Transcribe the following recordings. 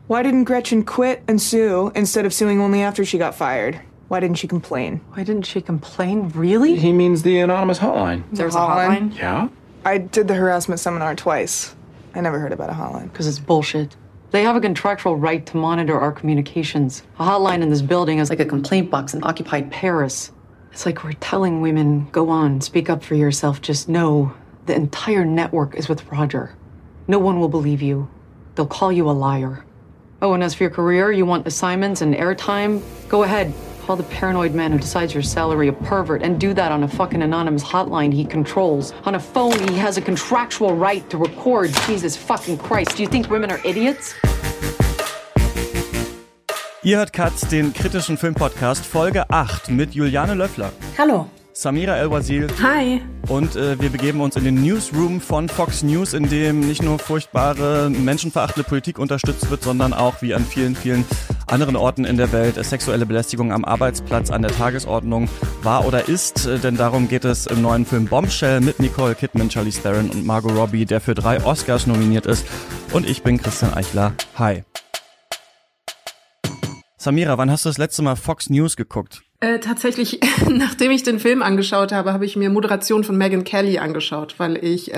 Why didn't Gretchen quit and sue instead of suing only after she got fired? Why didn't she complain? Why didn't she complain? Really? He means the anonymous hotline. There's a hotline? Yeah? I did the harassment seminar twice. I never heard about a hotline. Because it's bullshit. They have a contractual right to monitor our communications. A hotline in this building is like a complaint box in occupied Paris. It's like we're telling women, go on, speak up for yourself. Just know the entire network is with Roger. No one will believe you. They'll call you a liar. Oh, and as for your career, you want assignments and airtime? Go ahead. Call the paranoid man who decides your salary a pervert and do that on a fucking anonymous hotline he controls. On a phone, he has a contractual right to record. Jesus fucking Christ. Do you think women are idiots? Ihr hört Katz, den kritischen Filmpodcast, Folge 8 mit Juliane Löffler. Hallo. Samira El-Wazil. Hi. Und wir begeben uns in den Newsroom von Fox News, in dem nicht nur furchtbare, menschenverachtende Politik unterstützt wird, sondern auch, wie an vielen, vielen anderen Orten in der Welt, sexuelle Belästigung am Arbeitsplatz an der Tagesordnung war oder ist. Denn darum geht es im neuen Film Bombshell mit Nicole Kidman, Charlize Theron und Margot Robbie, der für 3 Oscars nominiert ist. Und ich bin Christian Eichler. Hi. Samira, wann hast du das letzte Mal Fox News geguckt? Tatsächlich, nachdem ich den Film angeschaut habe, habe ich mir Moderation von Megyn Kelly angeschaut, weil ich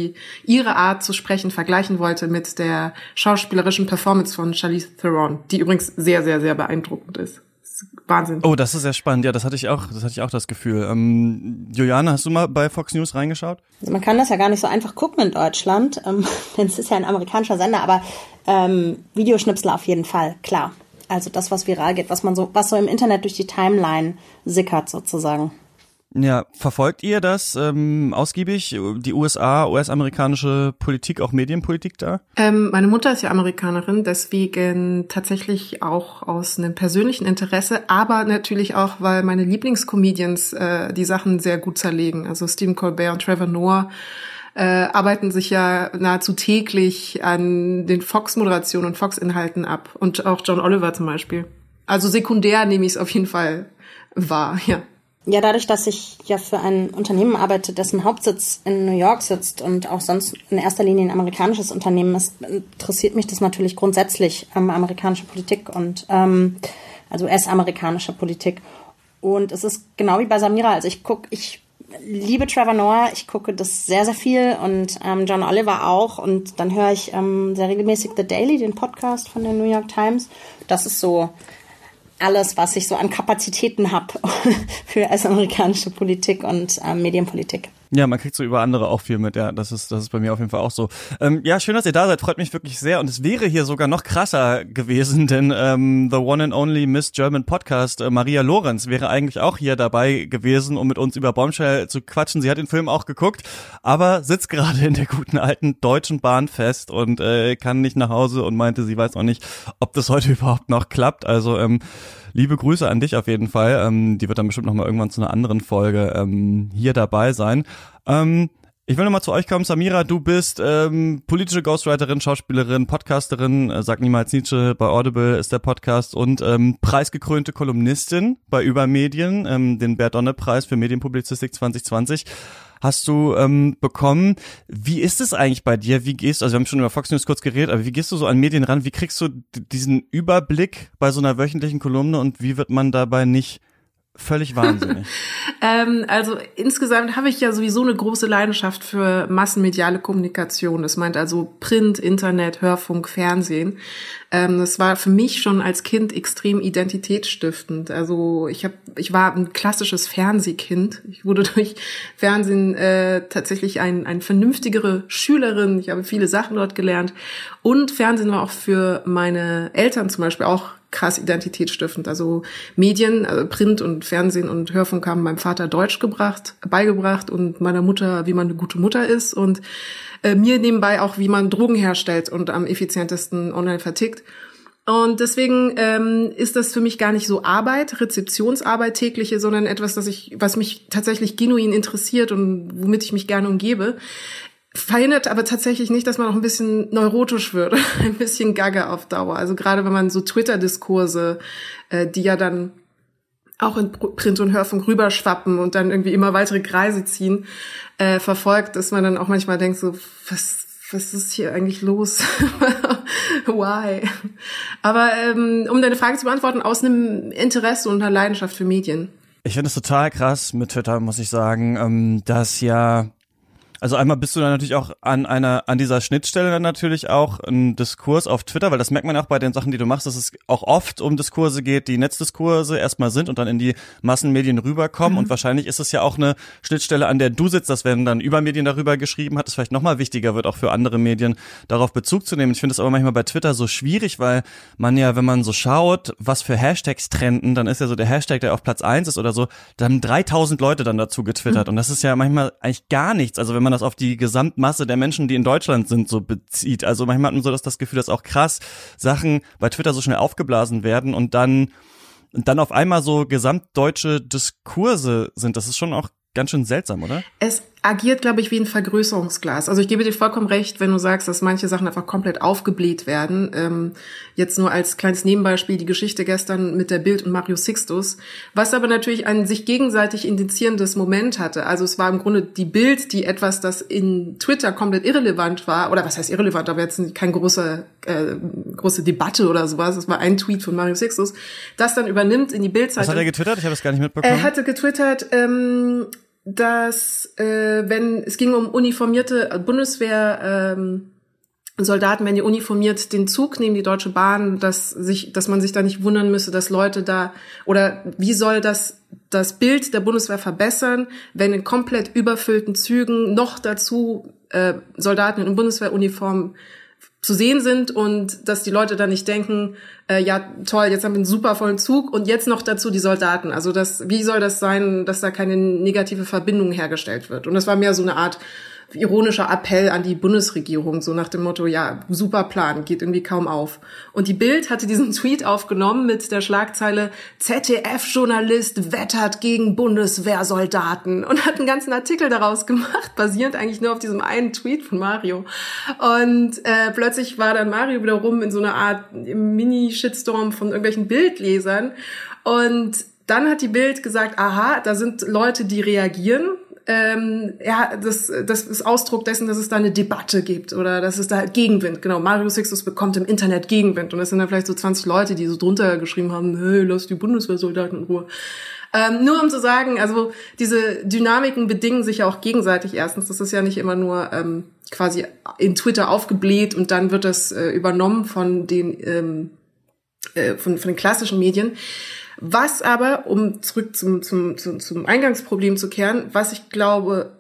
ihre Art zu sprechen vergleichen wollte mit der schauspielerischen Performance von Charlize Theron, die übrigens sehr, sehr, sehr beeindruckend ist. Das ist Wahnsinn. Oh, das ist sehr spannend. Ja, das hatte ich auch das Gefühl. Juliane, hast du mal bei Fox News reingeschaut? Also man kann das ja gar nicht so einfach gucken in Deutschland, denn es ist ja ein amerikanischer Sender, aber Videoschnipsel auf jeden Fall, klar. Also das, was viral geht, was so im Internet durch die Timeline sickert sozusagen. Ja, verfolgt ihr das ausgiebig, die US-amerikanische Politik, auch Medienpolitik da? Meine Mutter ist ja Amerikanerin, deswegen tatsächlich auch aus einem persönlichen Interesse, aber natürlich auch, weil meine Lieblingscomedians die Sachen sehr gut zerlegen. Also Stephen Colbert und Trevor Noah arbeiten sich ja nahezu täglich an den Fox-Moderationen und Fox-Inhalten ab. Und auch John Oliver zum Beispiel. Also sekundär nehme ich es auf jeden Fall wahr, ja. Ja, dadurch, dass ich ja für ein Unternehmen arbeite, dessen Hauptsitz in New York sitzt und auch sonst in erster Linie ein amerikanisches Unternehmen ist, interessiert mich das natürlich grundsätzlich amerikanische Politik und also US-amerikanische Politik. Und es ist genau wie bei Samira, also ich liebe Trevor Noah, ich gucke das sehr, sehr viel und John Oliver auch und dann höre ich sehr regelmäßig The Daily, den Podcast von der New York Times. Das ist so alles, was ich so an Kapazitäten habe für amerikanische Politik und Medienpolitik. Ja, man kriegt so über andere auch viel mit, ja, das ist bei mir auf jeden Fall auch so. Ja, schön, dass ihr da seid, freut mich wirklich sehr und es wäre hier sogar noch krasser gewesen, denn The One and Only Miss German Podcast, Maria Lorenz, wäre eigentlich auch hier dabei gewesen, um mit uns über Bombshell zu quatschen. Sie hat den Film auch geguckt, aber sitzt gerade in der guten alten Deutschen Bahn fest und kann nicht nach Hause und meinte, sie weiß auch nicht, ob das heute überhaupt noch klappt, also liebe Grüße an dich auf jeden Fall. Die wird dann bestimmt noch mal irgendwann zu einer anderen Folge hier dabei sein. Ich will noch mal zu euch kommen. Samira, du bist politische Ghostwriterin, Schauspielerin, Podcasterin, Sag niemals Nietzsche, bei Audible ist der Podcast und preisgekrönte Kolumnistin bei Übermedien, den Bert-Donne-Preis für Medienpublizistik 2020. Hast du bekommen. Wie ist es eigentlich bei dir? Also wir haben schon über Fox News kurz geredet, aber wie gehst du so an Medien ran? Wie kriegst du diesen Überblick bei so einer wöchentlichen Kolumne und wie wird man dabei nicht völlig wahnsinnig? Also insgesamt habe ich ja sowieso eine große Leidenschaft für massenmediale Kommunikation. Das meint also Print, Internet, Hörfunk, Fernsehen. Das war für mich schon als Kind extrem identitätsstiftend. Also ich war ein klassisches Fernsehkind. Ich wurde durch Fernsehen tatsächlich eine vernünftigere Schülerin. Ich habe viele Sachen dort gelernt. Und Fernsehen war auch für meine Eltern zum Beispiel auch krass identitätsstiftend. Also Medien, also Print und Fernsehen und Hörfunk haben meinem Vater Deutsch beigebracht und meiner Mutter, wie man eine gute Mutter ist und mir nebenbei auch, wie man Drogen herstellt und am effizientesten online vertickt. Und deswegen ist das für mich gar nicht so Rezeptionsarbeit tägliche, sondern etwas, was mich tatsächlich genuin interessiert und womit ich mich gerne umgebe. Verhindert aber tatsächlich nicht, dass man auch ein bisschen neurotisch wird, ein bisschen gaga auf Dauer. Also gerade wenn man so Twitter-Diskurse, die ja dann auch in Print und Hörfunk rüberschwappen und dann irgendwie immer weitere Kreise ziehen, verfolgt, dass man dann auch manchmal denkt so, was ist hier eigentlich los? Why? Aber um deine Frage zu beantworten, aus einem Interesse und einer Leidenschaft für Medien. Ich finde es total krass mit Twitter, muss ich sagen, dass ja, also einmal bist du dann natürlich auch an dieser Schnittstelle dann natürlich auch ein Diskurs auf Twitter, weil das merkt man auch bei den Sachen, die du machst, dass es auch oft um Diskurse geht, die Netzdiskurse erstmal sind und dann in die Massenmedien rüberkommen und wahrscheinlich ist es ja auch eine Schnittstelle, an der du sitzt, dass wenn dann Übermedien darüber geschrieben hat, es vielleicht nochmal wichtiger wird, auch für andere Medien darauf Bezug zu nehmen. Ich finde es aber manchmal bei Twitter so schwierig, weil man ja, wenn man so schaut, was für Hashtags trenden, dann ist ja so der Hashtag, der auf Platz 1 ist oder so, da haben 3000 Leute dann dazu getwittert und das ist ja manchmal eigentlich gar nichts, also wenn man das auf die Gesamtmasse der Menschen, die in Deutschland sind, so bezieht. Also manchmal hat man so das Gefühl, dass auch krass Sachen bei Twitter so schnell aufgeblasen werden und dann auf einmal so gesamtdeutsche Diskurse sind. Das ist schon auch ganz schön seltsam, oder? Es agiert, glaube ich, wie ein Vergrößerungsglas. Also ich gebe dir vollkommen recht, wenn du sagst, dass manche Sachen einfach komplett aufgebläht werden. Jetzt nur als kleines Nebenbeispiel die Geschichte gestern mit der Bild und Mario Sixtus, was aber natürlich ein sich gegenseitig indizierendes Moment hatte. Also es war im Grunde die Bild, die etwas, das in Twitter komplett irrelevant war, oder was heißt irrelevant, aber jetzt keine große Debatte oder sowas. Es war ein Tweet von Mario Sixtus, das dann übernimmt in die Bildzeitung. Was hat er getwittert? Ich habe das gar nicht mitbekommen. Er hatte getwittert, dass wenn es ging um uniformierte Bundeswehr Soldaten, wenn die uniformiert den Zug nehmen, die Deutsche Bahn, dass man sich da nicht wundern müsse, dass Leute da, oder wie soll das Bild der Bundeswehr verbessern, wenn in komplett überfüllten Zügen noch dazu Soldaten in Bundeswehruniform zu sehen sind und dass die Leute dann nicht denken, ja toll, jetzt haben wir einen super vollen Zug und jetzt noch dazu die Soldaten. Also wie soll das sein, dass da keine negative Verbindung hergestellt wird? Und das war mehr so eine Art ironischer Appell an die Bundesregierung, so nach dem Motto, ja, super Plan, geht irgendwie kaum auf. Und die Bild hatte diesen Tweet aufgenommen mit der Schlagzeile ZDF-Journalist wettert gegen Bundeswehrsoldaten und hat einen ganzen Artikel daraus gemacht, basierend eigentlich nur auf diesem einen Tweet von Mario. Und plötzlich war dann Mario wiederum in so einer Art Mini-Shitstorm von irgendwelchen Bildlesern. Und dann hat die Bild gesagt, aha, da sind Leute, die reagieren. Ja, das ist Ausdruck dessen, dass es da eine Debatte gibt oder dass es da Gegenwind. Genau, Mario Sixtus bekommt im Internet Gegenwind und das sind dann vielleicht so 20 Leute, die so drunter geschrieben haben, hey, lass die Bundeswehrsoldaten in Ruhe. Nur um zu sagen, also diese Dynamiken bedingen sich ja auch gegenseitig. Erstens, das ist ja nicht immer nur quasi in Twitter aufgebläht und dann wird das übernommen von den klassischen Medien. Was aber, um zurück zum Eingangsproblem zu kehren, was ich glaube,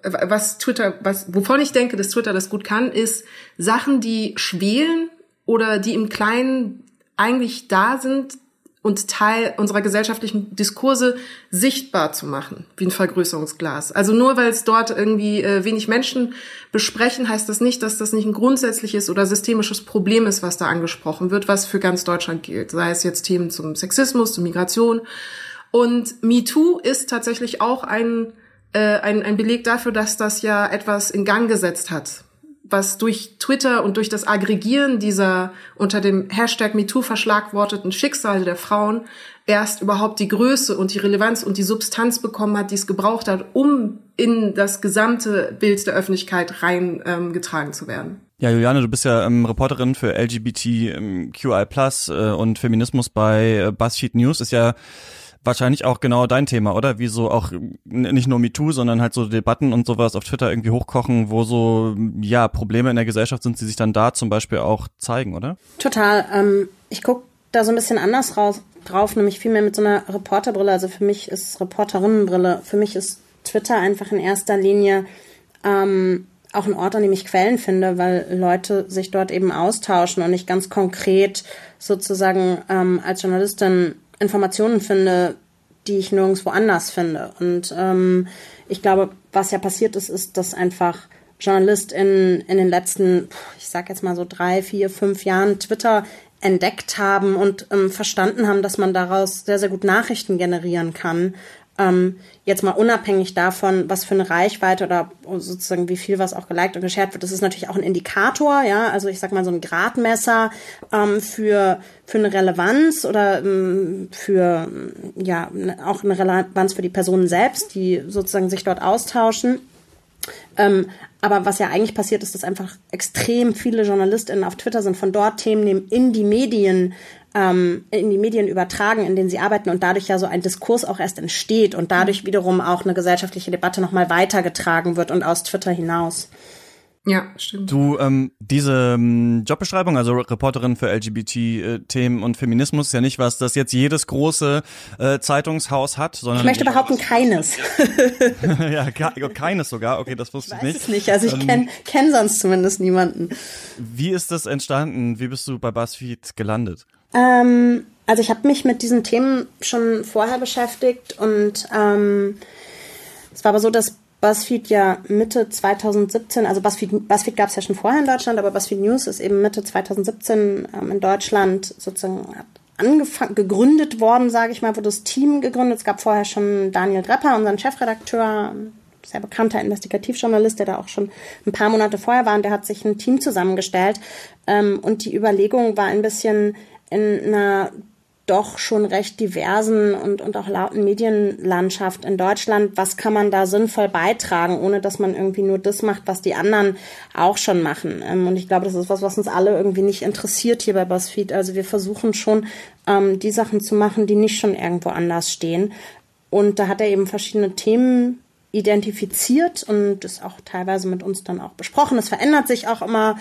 wovon ich denke, dass Twitter das gut kann, ist Sachen, die schwelen oder die im Kleinen eigentlich da sind und Teil unserer gesellschaftlichen Diskurse sichtbar zu machen, wie ein Vergrößerungsglas. Also nur weil es dort irgendwie wenig Menschen besprechen, heißt das nicht, dass das nicht ein grundsätzliches oder systemisches Problem ist, was da angesprochen wird, was für ganz Deutschland gilt. Sei es jetzt Themen zum Sexismus, zur Migration. Und MeToo ist tatsächlich auch ein Beleg dafür, dass das ja etwas in Gang gesetzt hat, was durch Twitter und durch das Aggregieren dieser unter dem Hashtag MeToo verschlagworteten Schicksale der Frauen erst überhaupt die Größe und die Relevanz und die Substanz bekommen hat, die es gebraucht hat, um in das gesamte Bild der Öffentlichkeit reingetragen zu werden. Ja, Juliane, du bist ja Reporterin für LGBTQI+ und Feminismus bei BuzzFeed News, ist ja wahrscheinlich auch genau dein Thema, oder? Wie so auch nicht nur MeToo, sondern halt so Debatten und sowas auf Twitter irgendwie hochkochen, wo so, ja, Probleme in der Gesellschaft sind, die sich dann da zum Beispiel auch zeigen, oder? Total. Ich gucke da so ein bisschen anders drauf, nämlich vielmehr mit so einer Reporterbrille. Also für mich ist Reporterinnenbrille. Für mich ist Twitter einfach in erster Linie auch ein Ort, an dem ich Quellen finde, weil Leute sich dort eben austauschen und ich ganz konkret sozusagen als Journalistin Informationen finde, die ich nirgendwo anders finde. Und ich glaube, was ja passiert ist, dass einfach JournalistInnen in den letzten, ich sag jetzt mal so 3, 4, 5 Jahren Twitter entdeckt haben und verstanden haben, dass man daraus sehr, sehr gut Nachrichten generieren kann. Jetzt mal unabhängig davon, was für eine Reichweite oder sozusagen wie viel was auch geliked und geshared wird, das ist natürlich auch ein Indikator, ja, also ich sag mal so ein Gradmesser für eine Relevanz oder für ja auch eine Relevanz für die Personen selbst, die sozusagen sich dort austauschen. Aber was ja eigentlich passiert ist, dass einfach extrem viele JournalistInnen auf Twitter sind, von dort Themen nehmen, in die Medien übertragen, in denen sie arbeiten und dadurch ja so ein Diskurs auch erst entsteht und dadurch wiederum auch eine gesellschaftliche Debatte nochmal weitergetragen wird und aus Twitter hinaus. Ja, stimmt. Du, diese Jobbeschreibung, also Reporterin für LGBT-Themen und Feminismus, ist ja nicht was, das jetzt jedes große Zeitungshaus hat, sondern... Ich möchte behaupten, keines. Ja, keines sogar. Okay, das wusste ich nicht. Ich weiß es nicht, also ich kenn sonst zumindest niemanden. Wie ist das entstanden? Wie bist du bei BuzzFeed gelandet? Also ich habe mich mit diesen Themen schon vorher beschäftigt und es war aber so, dass BuzzFeed ja Mitte 2017, also BuzzFeed gab es ja schon vorher in Deutschland, aber BuzzFeed News ist eben Mitte 2017 in Deutschland sozusagen gegründet worden, sage ich mal, wurde das Team gegründet. Es gab vorher schon Daniel Drepper, unseren Chefredakteur, sehr bekannter Investigativjournalist, der da auch schon ein paar Monate vorher war, und der hat sich ein Team zusammengestellt. Und die Überlegung war ein bisschen in einer doch schon recht diversen und auch lauten Medienlandschaft in Deutschland, was kann man da sinnvoll beitragen, ohne dass man irgendwie nur das macht, was die anderen auch schon machen. Und ich glaube, das ist was uns alle irgendwie nicht interessiert hier bei BuzzFeed. Also wir versuchen schon, die Sachen zu machen, die nicht schon irgendwo anders stehen. Und da hat er eben verschiedene Themen identifiziert und das auch teilweise mit uns dann auch besprochen. Es verändert sich auch immer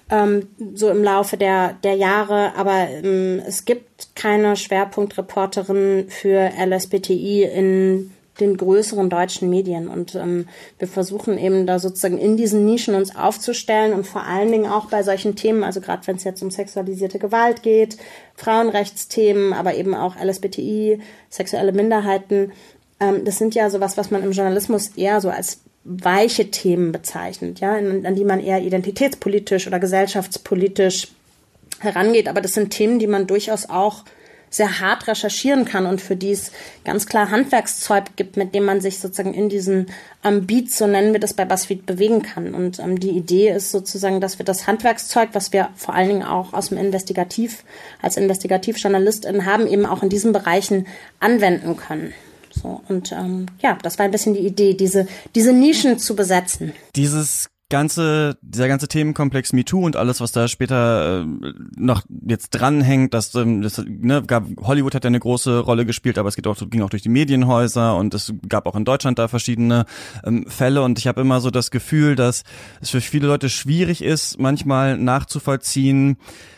so im Laufe der Jahre, aber es gibt keine Schwerpunktreporterin für LSBTI in den größeren deutschen Medien und wir versuchen eben da sozusagen in diesen Nischen uns aufzustellen und vor allen Dingen auch bei solchen Themen, also gerade wenn es jetzt um sexualisierte Gewalt geht, Frauenrechtsthemen, aber eben auch LSBTI, sexuelle Minderheiten, das sind ja sowas, was man im Journalismus eher so als weiche Themen bezeichnet, ja, an die man eher identitätspolitisch oder gesellschaftspolitisch herangeht. Aber das sind Themen, die man durchaus auch sehr hart recherchieren kann und für die es ganz klar Handwerkszeug gibt, mit dem man sich sozusagen in diesen Beats, so nennen wir das bei BuzzFeed, bewegen kann. Und die Idee ist sozusagen, dass wir das Handwerkszeug, was wir vor allen Dingen auch aus dem als Investigativjournalistin haben, eben auch in diesen Bereichen anwenden können. So, und das war ein bisschen die Idee, diese Nischen zu besetzen. Dieser ganze Themenkomplex MeToo und alles, was da später noch jetzt dranhängt, Hollywood hat ja eine große Rolle gespielt, aber ging auch durch die Medienhäuser und es gab auch in Deutschland da verschiedene Fälle und ich habe immer so das Gefühl, dass es für viele Leute schwierig ist, manchmal nachzuvollziehen,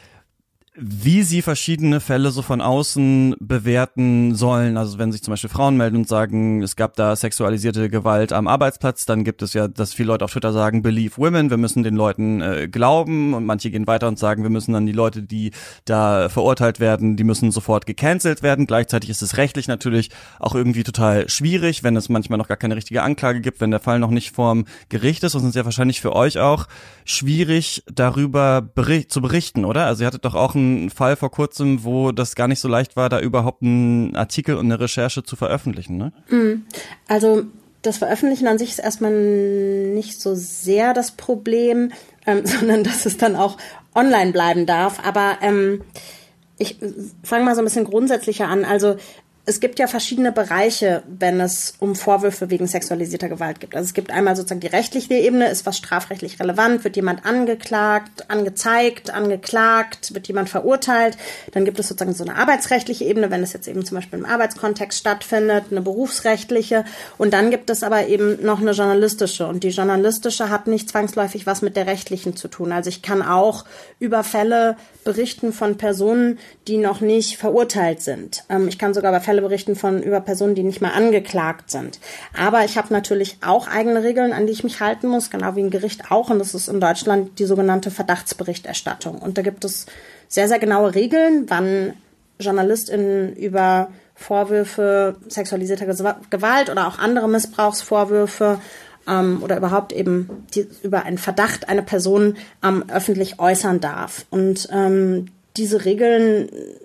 wie sie verschiedene Fälle so von außen bewerten sollen. Also wenn sich zum Beispiel Frauen melden und sagen, es gab da sexualisierte Gewalt am Arbeitsplatz, dann gibt es ja, dass viele Leute auf Twitter sagen, believe women, wir müssen den Leuten glauben, und manche gehen weiter und sagen, wir müssen dann die Leute, die da verurteilt werden, die müssen sofort gecancelt werden. Gleichzeitig ist es rechtlich natürlich auch irgendwie total schwierig, wenn es manchmal noch gar keine richtige Anklage gibt, wenn der Fall noch nicht vorm Gericht ist, und es ist ja wahrscheinlich für euch auch schwierig, darüber zu berichten, oder? Also ihr hattet doch auch einen Fall vor kurzem, wo das gar nicht so leicht war, da überhaupt einen Artikel und eine Recherche zu veröffentlichen, ne? Also das Veröffentlichen an sich ist erstmal nicht so sehr das Problem, sondern dass es dann auch online bleiben darf. Aber ich fange mal so ein bisschen grundsätzlicher an. Also es gibt ja verschiedene Bereiche, wenn es um Vorwürfe wegen sexualisierter Gewalt geht. Also es gibt einmal sozusagen die rechtliche Ebene, ist was strafrechtlich relevant, wird jemand angeklagt, angezeigt, angeklagt, wird jemand verurteilt. Dann gibt es sozusagen so eine arbeitsrechtliche Ebene, wenn es jetzt eben zum Beispiel im Arbeitskontext stattfindet, eine berufsrechtliche. Und dann gibt es aber eben noch eine journalistische. Und die journalistische hat nicht zwangsläufig was mit der rechtlichen zu tun. Also ich kann auch über Fälle berichten von Personen, die noch nicht verurteilt sind. Ich kann sogar über Fälle berichten über Personen, die nicht mal angeklagt sind. Aber ich habe natürlich auch eigene Regeln, an die ich mich halten muss, genau wie ein Gericht auch. Und das ist in Deutschland die sogenannte Verdachtsberichterstattung. Und da gibt es sehr, sehr genaue Regeln, wann JournalistInnen über Vorwürfe sexualisierter Gewalt oder auch andere Missbrauchsvorwürfe oder überhaupt eben über einen Verdacht eine Person öffentlich äußern darf. Und diese Regeln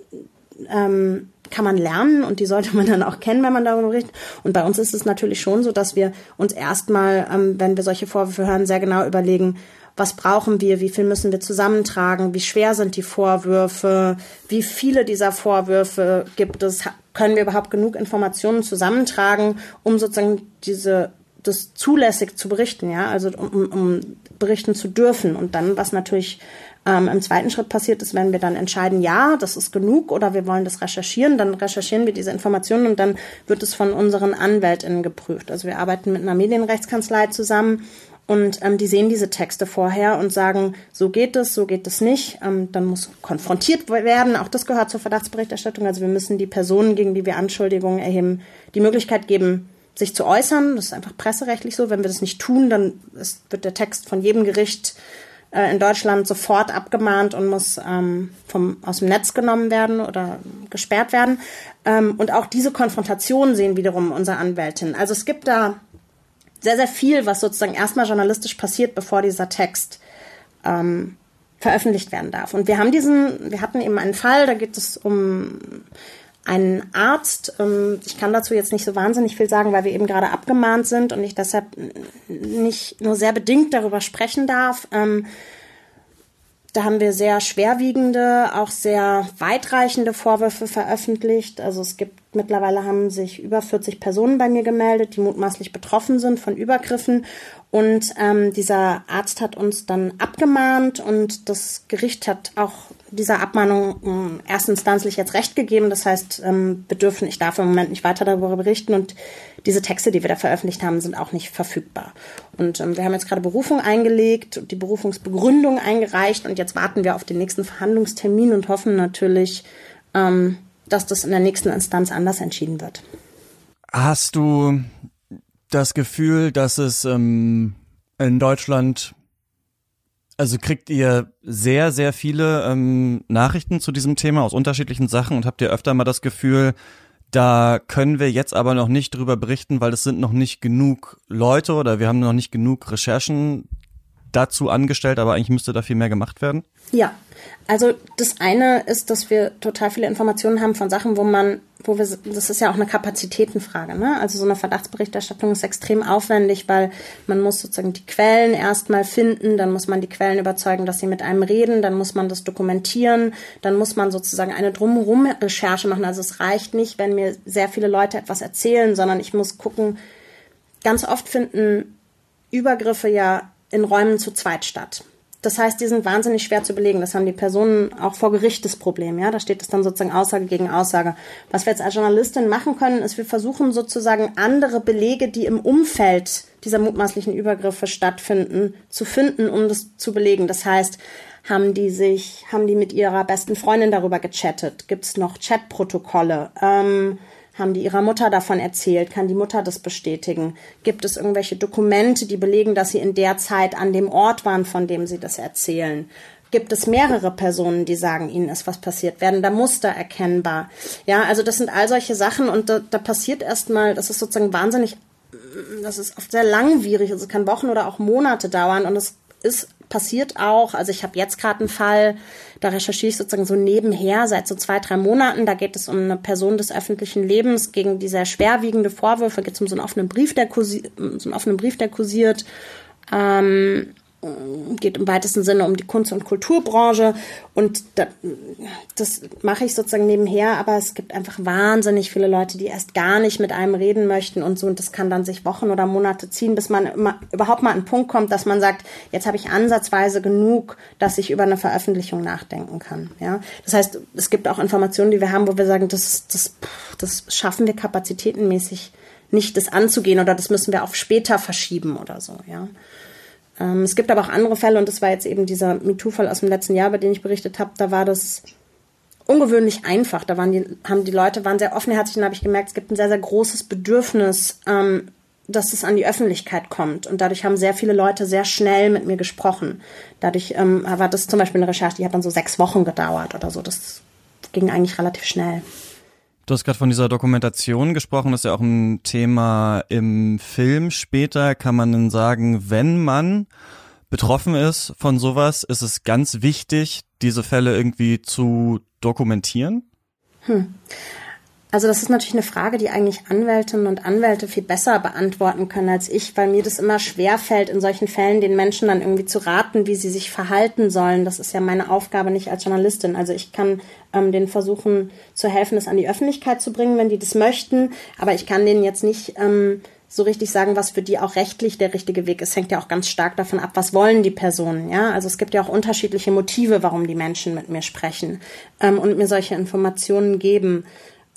kann man lernen und die sollte man dann auch kennen, wenn man darüber berichtet. Und bei uns ist es natürlich schon so, dass wir uns erstmal, wenn wir solche Vorwürfe hören, sehr genau überlegen, was brauchen wir, wie viel müssen wir zusammentragen, wie schwer sind die Vorwürfe, wie viele dieser Vorwürfe gibt es, können wir überhaupt genug Informationen zusammentragen, um sozusagen diese das zulässig zu berichten, ja, also um berichten zu dürfen. Und dann, was natürlich im zweiten Schritt passiert ist, wenn wir dann entscheiden, ja, das ist genug oder wir wollen das recherchieren, dann recherchieren wir diese Informationen und dann wird es von unseren AnwältInnen geprüft. Also wir arbeiten mit einer Medienrechtskanzlei zusammen und die sehen diese Texte vorher und sagen, so geht es nicht. Dann muss konfrontiert werden, auch das gehört zur Verdachtsberichterstattung. Also wir müssen die Personen, gegen die wir Anschuldigungen erheben, die Möglichkeit geben, sich zu äußern. Das ist einfach presserechtlich so. Wenn wir das nicht tun, dann wird der Text von jedem Gericht in Deutschland sofort abgemahnt und muss aus dem Netz genommen werden oder gesperrt werden. Und auch diese Konfrontation sehen wiederum unsere Anwältinnen. Also es gibt da sehr, sehr viel, was sozusagen erstmal journalistisch passiert, bevor dieser Text veröffentlicht werden darf. Und wir hatten eben einen Fall, da geht es um einen Arzt. Ich kann dazu jetzt nicht so wahnsinnig viel sagen, weil wir eben gerade abgemahnt sind und ich deshalb nicht nur sehr bedingt darüber sprechen darf. Da haben wir sehr schwerwiegende, auch sehr weitreichende Vorwürfe veröffentlicht. Also mittlerweile haben sich über 40 Personen bei mir gemeldet, die mutmaßlich betroffen sind von Übergriffen. Und dieser Arzt hat uns dann abgemahnt und das Gericht hat auch dieser Abmahnung erstinstanzlich jetzt Recht gegeben. Das heißt, ich darf im Moment nicht weiter darüber berichten und diese Texte, die wir da veröffentlicht haben, sind auch nicht verfügbar. Und wir haben jetzt gerade Berufung eingelegt und die Berufungsbegründung eingereicht und jetzt warten wir auf den nächsten Verhandlungstermin und hoffen natürlich, dass das in der nächsten Instanz anders entschieden wird. Hast du das Gefühl, dass es in Deutschland, also kriegt ihr sehr, sehr viele Nachrichten zu diesem Thema aus unterschiedlichen Sachen und habt ihr öfter mal das Gefühl, da können wir jetzt aber noch nicht drüber berichten, weil es sind noch nicht genug Leute oder wir haben noch nicht genug Recherchen dazu angestellt, aber eigentlich müsste da viel mehr gemacht werden? Ja, also das eine ist, dass wir total viele Informationen haben von Sachen, das ist ja auch eine Kapazitätenfrage, ne? Also so eine Verdachtsberichterstattung ist extrem aufwendig, weil man muss sozusagen die Quellen erstmal finden, dann muss man die Quellen überzeugen, dass sie mit einem reden, dann muss man das dokumentieren, dann muss man sozusagen eine Drumherum-Recherche machen. Also es reicht nicht, wenn mir sehr viele Leute etwas erzählen, sondern ich muss gucken, ganz oft finden Übergriffe ja in Räumen zu zweit statt. Das heißt, die sind wahnsinnig schwer zu belegen. Das haben die Personen auch vor Gericht das Problem. Ja, da steht es dann sozusagen Aussage gegen Aussage. Was wir jetzt als Journalistin machen können, ist, wir versuchen sozusagen andere Belege, die im Umfeld dieser mutmaßlichen Übergriffe stattfinden, zu finden, um das zu belegen. Das heißt, haben die mit ihrer besten Freundin darüber gechattet? Gibt es noch Chatprotokolle? Haben die ihrer Mutter davon erzählt? Kann die Mutter das bestätigen? Gibt es irgendwelche Dokumente, die belegen, dass sie in der Zeit an dem Ort waren, von dem sie das erzählen? Gibt es mehrere Personen, die sagen, ihnen ist was passiert? Werden da Muster erkennbar? Ja, also das sind all solche Sachen und da passiert erstmal, das ist sozusagen das ist oft sehr langwierig, also es kann Wochen oder auch Monate dauern und es passiert auch, also ich habe jetzt gerade einen Fall, da recherchiere ich sozusagen so nebenher seit so 2-3 Monaten, da geht es um eine Person des öffentlichen Lebens, gegen die sehr schwerwiegende Vorwürfe, geht es um so einen offenen Brief, der kursiert, geht im weitesten Sinne um die Kunst- und Kulturbranche und das mache ich sozusagen nebenher, aber es gibt einfach wahnsinnig viele Leute, die erst gar nicht mit einem reden möchten und so und das kann dann sich Wochen oder Monate ziehen, bis man überhaupt mal an einen Punkt kommt, dass man sagt, jetzt habe ich ansatzweise genug, dass ich über eine Veröffentlichung nachdenken kann. Ja? Das heißt, es gibt auch Informationen, die wir haben, wo wir sagen, das schaffen wir kapazitätenmäßig nicht, das anzugehen oder das müssen wir auf später verschieben oder so, ja. Es gibt aber auch andere Fälle und das war jetzt eben dieser MeToo-Fall aus dem letzten Jahr, über den ich berichtet habe, da war das ungewöhnlich einfach. Da waren die Leute sehr offenherzig und da habe ich gemerkt, es gibt ein sehr, sehr großes Bedürfnis, dass es an die Öffentlichkeit kommt und dadurch haben sehr viele Leute sehr schnell mit mir gesprochen. Dadurch war das zum Beispiel eine Recherche, die hat dann so 6 Wochen gedauert oder so. Das ging eigentlich relativ schnell. Du hast gerade von dieser Dokumentation gesprochen, das ist ja auch ein Thema im Film später. Kann man denn sagen, wenn man betroffen ist von sowas, ist es ganz wichtig, diese Fälle irgendwie zu dokumentieren? Also das ist natürlich eine Frage, die eigentlich Anwältinnen und Anwälte viel besser beantworten können als ich, weil mir das immer schwerfällt, in solchen Fällen den Menschen dann irgendwie zu raten, wie sie sich verhalten sollen. Das ist ja meine Aufgabe nicht als Journalistin. Also ich kann denen versuchen zu helfen, es an die Öffentlichkeit zu bringen, wenn die das möchten, aber ich kann denen jetzt nicht so richtig sagen, was für die auch rechtlich der richtige Weg ist. Hängt ja auch ganz stark davon ab, was wollen die Personen, ja. Also es gibt ja auch unterschiedliche Motive, warum die Menschen mit mir sprechen und mir solche Informationen geben.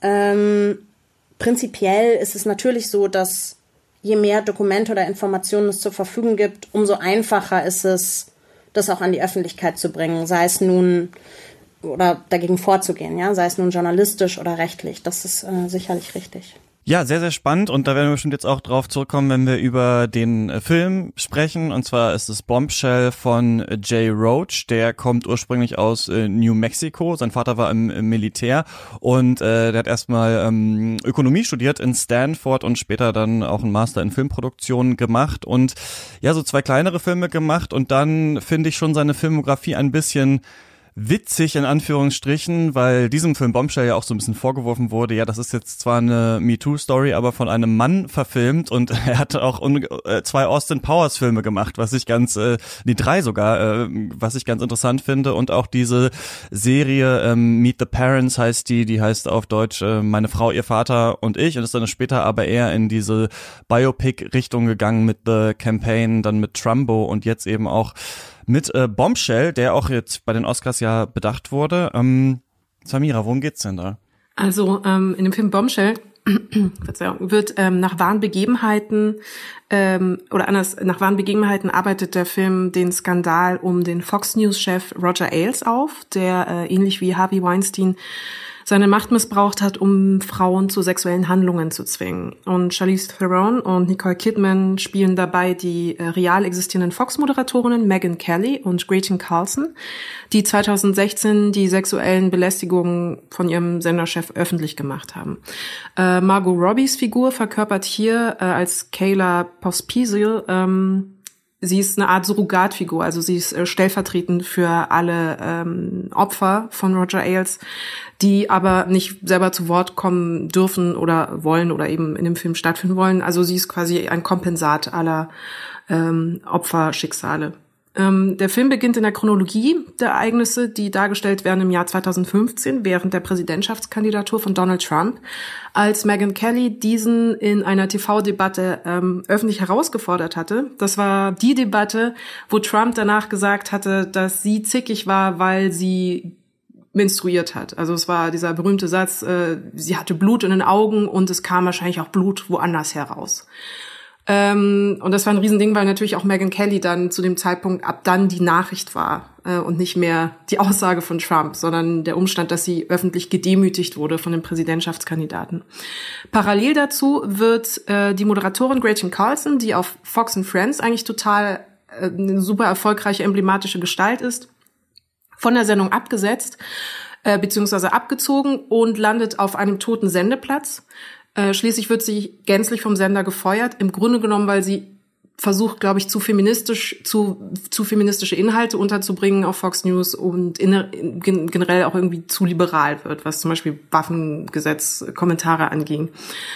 Prinzipiell ist es natürlich so, dass je mehr Dokumente oder Informationen es zur Verfügung gibt, umso einfacher ist es, das auch an die Öffentlichkeit zu bringen, sei es nun, oder dagegen vorzugehen, ja, sei es nun journalistisch oder rechtlich. Das ist sicherlich richtig. Ja, sehr, sehr spannend und da werden wir bestimmt jetzt auch drauf zurückkommen, wenn wir über den Film sprechen. Und zwar ist es Bombshell von Jay Roach. Der kommt ursprünglich aus New Mexico. Sein Vater war im Militär und der hat erstmal Ökonomie studiert in Stanford und später dann auch einen Master in Filmproduktion gemacht und ja, so 2 kleinere Filme gemacht und dann finde ich schon seine Filmografie ein bisschen witzig in Anführungsstrichen, weil diesem Film Bombshell ja auch so ein bisschen vorgeworfen wurde, ja, das ist jetzt zwar eine MeToo-Story, aber von einem Mann verfilmt und er hat auch 2 Austin Powers Filme gemacht, was ich 3 sogar, was ich ganz interessant finde und auch diese Serie Meet the Parents heißt die heißt auf Deutsch Meine Frau, ihr Vater und ich und ist dann später aber eher in diese Biopic-Richtung gegangen mit The Campaign, dann mit Trumbo und jetzt eben auch mit Bombshell, der auch jetzt bei den Oscars ja bedacht wurde. Samira, worum geht's denn da? Also in dem Film Bombshell wird nach wahren Begebenheiten nach wahren Begebenheiten arbeitet der Film den Skandal um den Fox News-Chef Roger Ailes auf, der ähnlich wie Harvey Weinstein seine Macht missbraucht hat, um Frauen zu sexuellen Handlungen zu zwingen. Und Charlize Theron und Nicole Kidman spielen dabei die real existierenden Fox-Moderatorinnen Megyn Kelly und Gretchen Carlson, die 2016 die sexuellen Belästigungen von ihrem Senderchef öffentlich gemacht haben. Margot Robbies Figur verkörpert hier als Kayla Pospisil sie ist eine Art Surrogatfigur, also sie ist stellvertretend für alle Opfer von Roger Ailes, die aber nicht selber zu Wort kommen dürfen oder wollen oder eben in dem Film stattfinden wollen. Also sie ist quasi ein Kompensat aller Opferschicksale. Der Film beginnt in der Chronologie der Ereignisse, die dargestellt werden im Jahr 2015 während der Präsidentschaftskandidatur von Donald Trump, als Megyn Kelly diesen in einer TV-Debatte öffentlich herausgefordert hatte. Das war die Debatte, wo Trump danach gesagt hatte, dass sie zickig war, weil sie menstruiert hat. Also es war dieser berühmte Satz, sie hatte Blut in den Augen und es kam wahrscheinlich auch Blut woanders heraus. Und das war ein Riesending, weil natürlich auch Megyn Kelly dann zu dem Zeitpunkt ab dann die Nachricht war und nicht mehr die Aussage von Trump, sondern der Umstand, dass sie öffentlich gedemütigt wurde von dem Präsidentschaftskandidaten. Parallel dazu wird die Moderatorin Gretchen Carlson, die auf Fox and Friends eigentlich total eine super erfolgreiche, emblematische Gestalt ist, von der Sendung abgesetzt beziehungsweise abgezogen und landet auf einem toten Sendeplatz. Schließlich wird sie gänzlich vom Sender gefeuert, im Grunde genommen, weil sie versucht, glaube ich, zu feministische Inhalte unterzubringen auf Fox News und generell auch irgendwie zu liberal wird, was zum Beispiel Waffengesetz-Kommentare anging.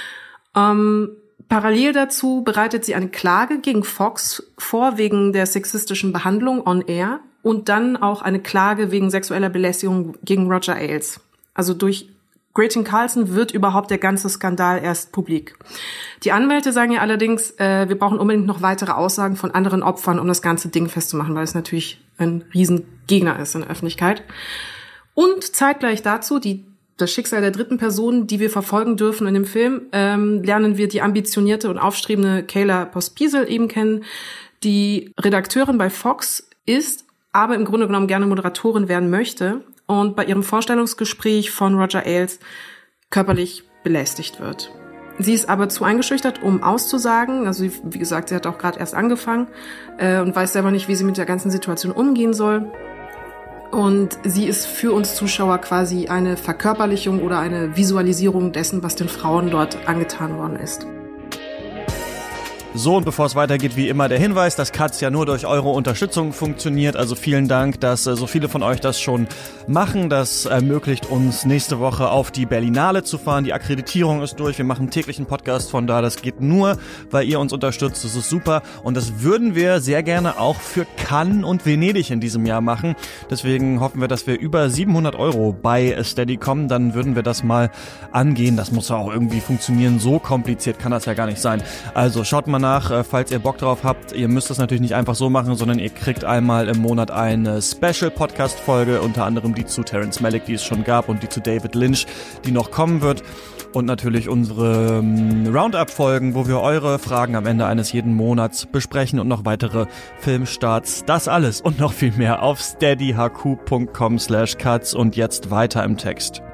Parallel dazu bereitet sie eine Klage gegen Fox vor wegen der sexistischen Behandlung on air und dann auch eine Klage wegen sexueller Belästigung gegen Roger Ailes. Also durch Gretchen Carlson wird überhaupt der ganze Skandal erst publik. Die Anwälte sagen ja allerdings, wir brauchen unbedingt noch weitere Aussagen von anderen Opfern, um das ganze Ding festzumachen, weil es natürlich ein Riesengegner ist in der Öffentlichkeit. Und zeitgleich dazu, das Schicksal der dritten Person, die wir verfolgen dürfen in dem Film, lernen wir die ambitionierte und aufstrebende Kayla Pospisil eben kennen, die Redakteurin bei Fox ist, aber im Grunde genommen gerne Moderatorin werden möchte und bei ihrem Vorstellungsgespräch von Roger Ailes körperlich belästigt wird. Sie ist aber zu eingeschüchtert, um auszusagen. Also wie gesagt, sie hat auch gerade erst angefangen und weiß selber nicht, wie sie mit der ganzen Situation umgehen soll. Und sie ist für uns Zuschauer quasi eine Verkörperlichung oder eine Visualisierung dessen, was den Frauen dort angetan worden ist. So, und bevor es weitergeht, wie immer der Hinweis, dass Katz ja nur durch eure Unterstützung funktioniert. Also vielen Dank, dass so viele von euch das schon machen. Das ermöglicht uns, nächste Woche auf die Berlinale zu fahren. Die Akkreditierung ist durch. Wir machen täglich einen Podcast von da. Das geht nur, weil ihr uns unterstützt. Das ist super. Und das würden wir sehr gerne auch für Cannes und Venedig in diesem Jahr machen. Deswegen hoffen wir, dass wir über 700 € bei Steady kommen. Dann würden wir das mal angehen. Das muss ja auch irgendwie funktionieren. So kompliziert kann das ja gar nicht sein. Also schaut mal nach, falls ihr Bock drauf habt. Ihr müsst es natürlich nicht einfach so machen, sondern ihr kriegt einmal im Monat eine Special-Podcast-Folge, unter anderem die zu Terrence Malick, die es schon gab, und die zu David Lynch, die noch kommen wird. Und natürlich unsere Roundup-Folgen, wo wir eure Fragen am Ende eines jeden Monats besprechen und noch weitere Filmstarts. Das alles und noch viel mehr auf steadyhq.com/cuts. Und jetzt weiter im Text.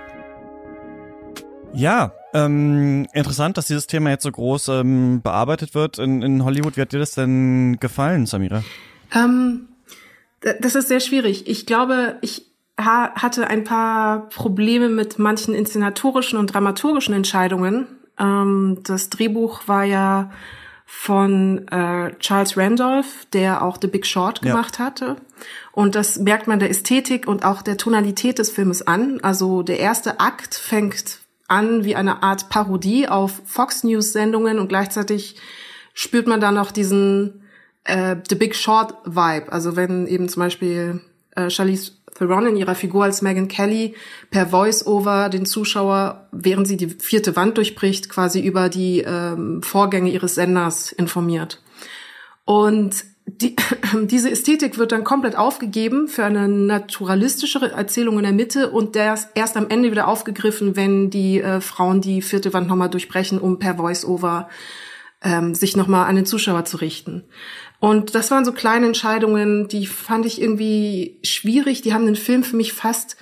Ja, interessant, dass dieses Thema jetzt so groß bearbeitet wird in Hollywood. Wie hat dir das denn gefallen, Samira? Das ist sehr schwierig. Ich glaube, ich hatte ein paar Probleme mit manchen inszenatorischen und dramaturgischen Entscheidungen. Das Drehbuch war ja von Charles Randolph, der auch The Big Short gemacht hatte. Und das merkt man der Ästhetik und auch der Tonalität des Filmes an. Also der erste Akt fängt an wie eine Art Parodie auf Fox News Sendungen und gleichzeitig spürt man dann noch diesen The Big Short Vibe. Also wenn eben zum Beispiel Charlize Theron in ihrer Figur als Megyn Kelly per Voice-Over den Zuschauer, während sie die 4. Wand durchbricht, quasi über die Vorgänge ihres Senders informiert. Und diese Ästhetik wird dann komplett aufgegeben für eine naturalistischere Erzählung in der Mitte und erst am Ende wieder aufgegriffen, wenn die Frauen die 4. Wand nochmal durchbrechen, um per Voice-Over sich nochmal an den Zuschauer zu richten. Und das waren so kleine Entscheidungen, die fand ich irgendwie schwierig. Die haben den Film für mich fast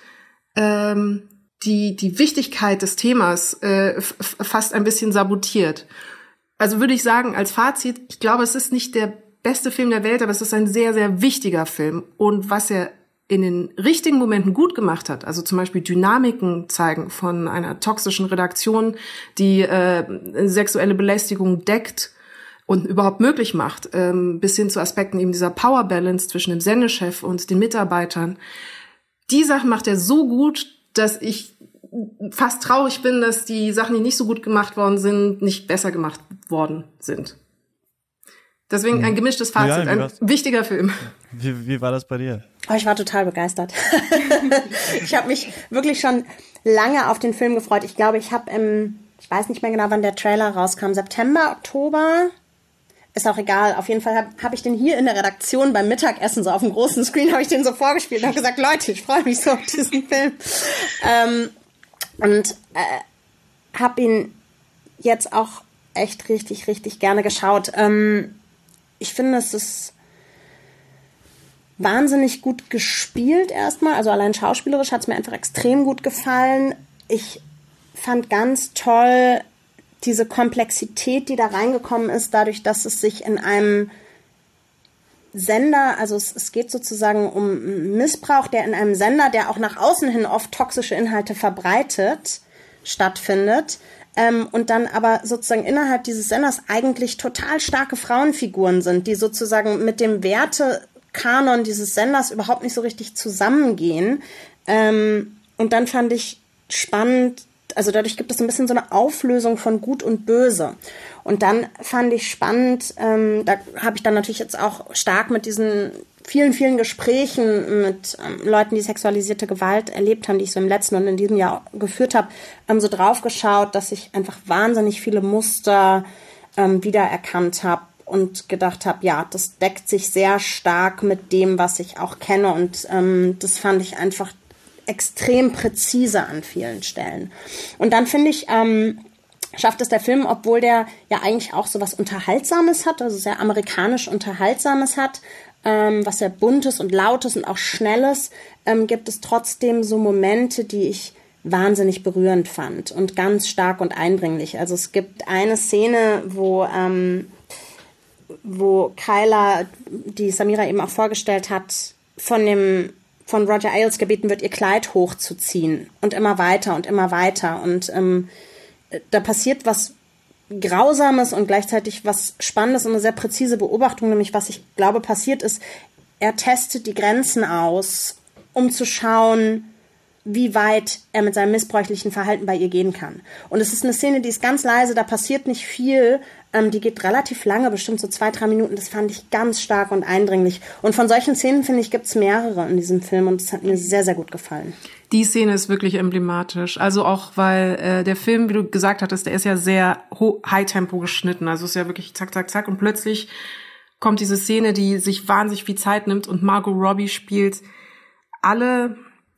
die Wichtigkeit des Themas fast ein bisschen sabotiert. Also würde ich sagen, als Fazit, ich glaube, es ist nicht der beste Film der Welt, aber es ist ein sehr, sehr wichtiger Film. Und was er in den richtigen Momenten gut gemacht hat, also zum Beispiel Dynamiken zeigen von einer toxischen Redaktion, die sexuelle Belästigung deckt und überhaupt möglich macht, bis hin zu Aspekten eben dieser Power Balance zwischen dem Sendechef und den Mitarbeitern. Die Sachen macht er so gut, dass ich fast traurig bin, dass die Sachen, die nicht so gut gemacht worden sind, nicht besser gemacht worden sind. Deswegen ein gemischtes Fazit, ein wichtiger Film. Wie war das bei dir? Oh, ich war total begeistert. Ich habe mich wirklich schon lange auf den Film gefreut. Ich glaube, ich weiß nicht mehr genau, wann der Trailer rauskam, September, Oktober, ist auch egal. Auf jeden Fall hab ich den hier in der Redaktion beim Mittagessen, so auf dem großen Screen, habe ich den so vorgespielt und habe gesagt, Leute, ich freue mich so auf diesen Film. Und habe ihn jetzt auch echt richtig, richtig gerne geschaut. Ich finde, es ist wahnsinnig gut gespielt erstmal. Also allein schauspielerisch hat es mir einfach extrem gut gefallen. Ich fand ganz toll diese Komplexität, die da reingekommen ist, dadurch, dass es sich in einem Sender, also es geht sozusagen um Missbrauch, der in einem Sender, der auch nach außen hin oft toxische Inhalte verbreitet, stattfindet. Und dann aber sozusagen innerhalb dieses Senders eigentlich total starke Frauenfiguren sind, die sozusagen mit dem Wertekanon dieses Senders überhaupt nicht so richtig zusammengehen. Und dann fand ich spannend, also dadurch gibt es ein bisschen so eine Auflösung von Gut und Böse. Und dann fand ich spannend, da habe ich dann natürlich jetzt auch stark mit diesen vielen, vielen Gesprächen mit Leuten, die sexualisierte Gewalt erlebt haben, die ich so im letzten und in diesem Jahr geführt habe, so drauf geschaut, dass ich einfach wahnsinnig viele Muster wiedererkannt habe und gedacht habe, ja, das deckt sich sehr stark mit dem, was ich auch kenne. Und das fand ich einfach extrem präzise an vielen Stellen. Und dann finde ich, schafft es der Film, obwohl der ja eigentlich auch so was Unterhaltsames hat, also sehr amerikanisch Unterhaltsames hat, was sehr Buntes und Lautes und auch Schnelles, gibt es trotzdem so Momente, die ich wahnsinnig berührend fand und ganz stark und eindringlich. Also es gibt eine Szene, wo Kyla, die Samira eben auch vorgestellt hat, von Roger Ailes gebeten wird, ihr Kleid hochzuziehen und immer weiter und immer weiter. Und da passiert was Grausames und gleichzeitig was Spannendes und eine sehr präzise Beobachtung, nämlich was ich glaube passiert ist, er testet die Grenzen aus, um zu schauen, wie weit er mit seinem missbräuchlichen Verhalten bei ihr gehen kann. Und es ist eine Szene, die ist ganz leise, da passiert nicht viel, die geht relativ lange, bestimmt so 2-3 Minuten, das fand ich ganz stark und eindringlich. Und von solchen Szenen, finde ich, gibt's mehrere in diesem Film und das hat mir sehr, sehr gut gefallen. Die Szene ist wirklich emblematisch. Also auch, weil der Film, wie du gesagt hattest, der ist ja sehr High-Tempo geschnitten. Also es ist ja wirklich zack, zack, zack. Und plötzlich kommt diese Szene, die sich wahnsinnig viel Zeit nimmt und Margot Robbie spielt alle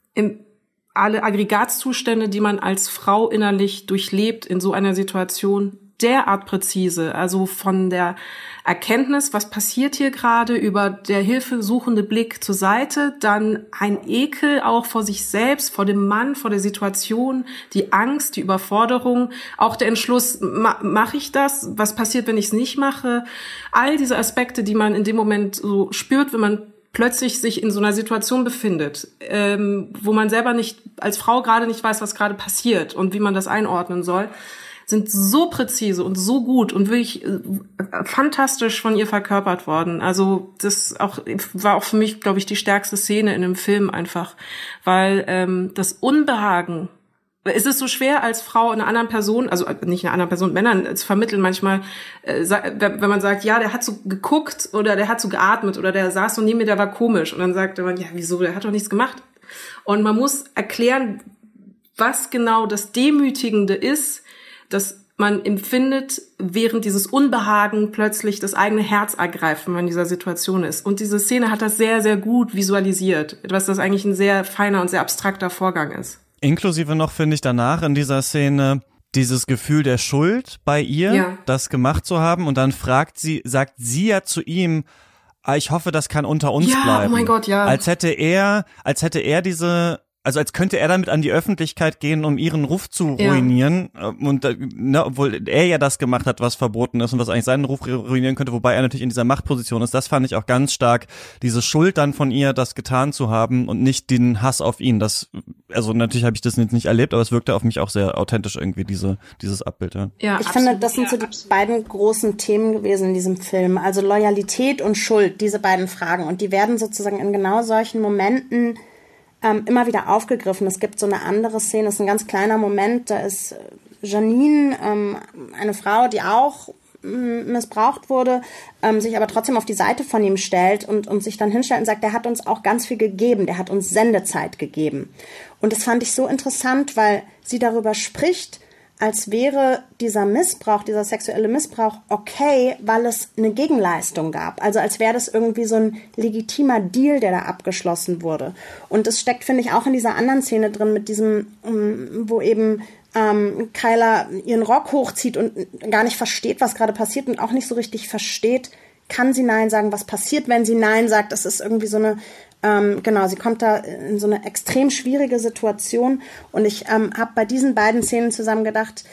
Aggregatzustände, die man als Frau innerlich durchlebt in so einer Situation, derart präzise. Also von der Erkenntnis, was passiert hier gerade, über der hilfesuchende Blick zur Seite, dann ein Ekel auch vor sich selbst, vor dem Mann, vor der Situation, die Angst, die Überforderung, auch der Entschluss, mache ich das? Was passiert, wenn ich es nicht mache? All diese Aspekte, die man in dem Moment so spürt, wenn man plötzlich sich in so einer Situation befindet, wo man selber nicht, als Frau gerade nicht weiß, was gerade passiert und wie man das einordnen soll, sind so präzise und so gut und wirklich fantastisch von ihr verkörpert worden. Also das war auch für mich, glaube ich, die stärkste Szene in dem Film einfach, weil das Unbehagen, es ist so schwer als Frau einer anderen Person, also nicht einer anderen Person, Männern zu vermitteln manchmal, wenn man sagt, ja, der hat so geguckt oder der hat so geatmet oder der saß so neben mir, der war komisch. Und dann sagte man, ja, wieso, der hat doch nichts gemacht. Und man muss erklären, was genau das Demütigende ist, dass man empfindet, während dieses Unbehagen plötzlich das eigene Herz ergreift, wenn man in dieser Situation ist. Und diese Szene hat das sehr, sehr gut visualisiert, was das eigentlich ein sehr feiner und sehr abstrakter Vorgang ist. Inklusive noch, finde ich, danach in dieser Szene dieses Gefühl der Schuld bei ihr, das gemacht zu haben. Und dann sagt sie ja zu ihm, ich hoffe, das kann unter uns bleiben. Oh mein Gott, ja. Als hätte er als könnte er damit an die Öffentlichkeit gehen, um ihren Ruf zu ruinieren. Und obwohl er ja das gemacht hat, was verboten ist und was eigentlich seinen Ruf ruinieren könnte, wobei er natürlich in dieser Machtposition ist. Das fand ich auch ganz stark, diese Schuld dann von ihr, das getan zu haben und nicht den Hass auf ihn. Also natürlich habe ich das jetzt nicht erlebt, aber es wirkte auf mich auch sehr authentisch irgendwie, dieses Abbild. Ja, ich finde, das sind so die beiden großen Themen gewesen in diesem Film. Also Loyalität und Schuld, diese beiden Fragen. Und die werden sozusagen in genau solchen Momenten immer wieder aufgegriffen. Es gibt so eine andere Szene, das ist ein ganz kleiner Moment, da ist Janine, eine Frau, die auch missbraucht wurde, sich aber trotzdem auf die Seite von ihm stellt und sich dann hinstellt und sagt, der hat uns auch ganz viel gegeben, der hat uns Sendezeit gegeben. Und das fand ich so interessant, weil sie darüber spricht, als wäre dieser Missbrauch, dieser sexuelle Missbrauch okay, weil es eine Gegenleistung gab. Also als wäre das irgendwie so ein legitimer Deal, der da abgeschlossen wurde. Und das steckt, finde ich, auch in dieser anderen Szene drin, mit diesem, wo eben Kyla ihren Rock hochzieht und gar nicht versteht, was gerade passiert und auch nicht so richtig versteht, kann sie Nein sagen, was passiert, wenn sie Nein sagt. Das ist irgendwie so eine sie kommt da in so eine extrem schwierige Situation und ich habe bei diesen beiden Szenen zusammen gedacht,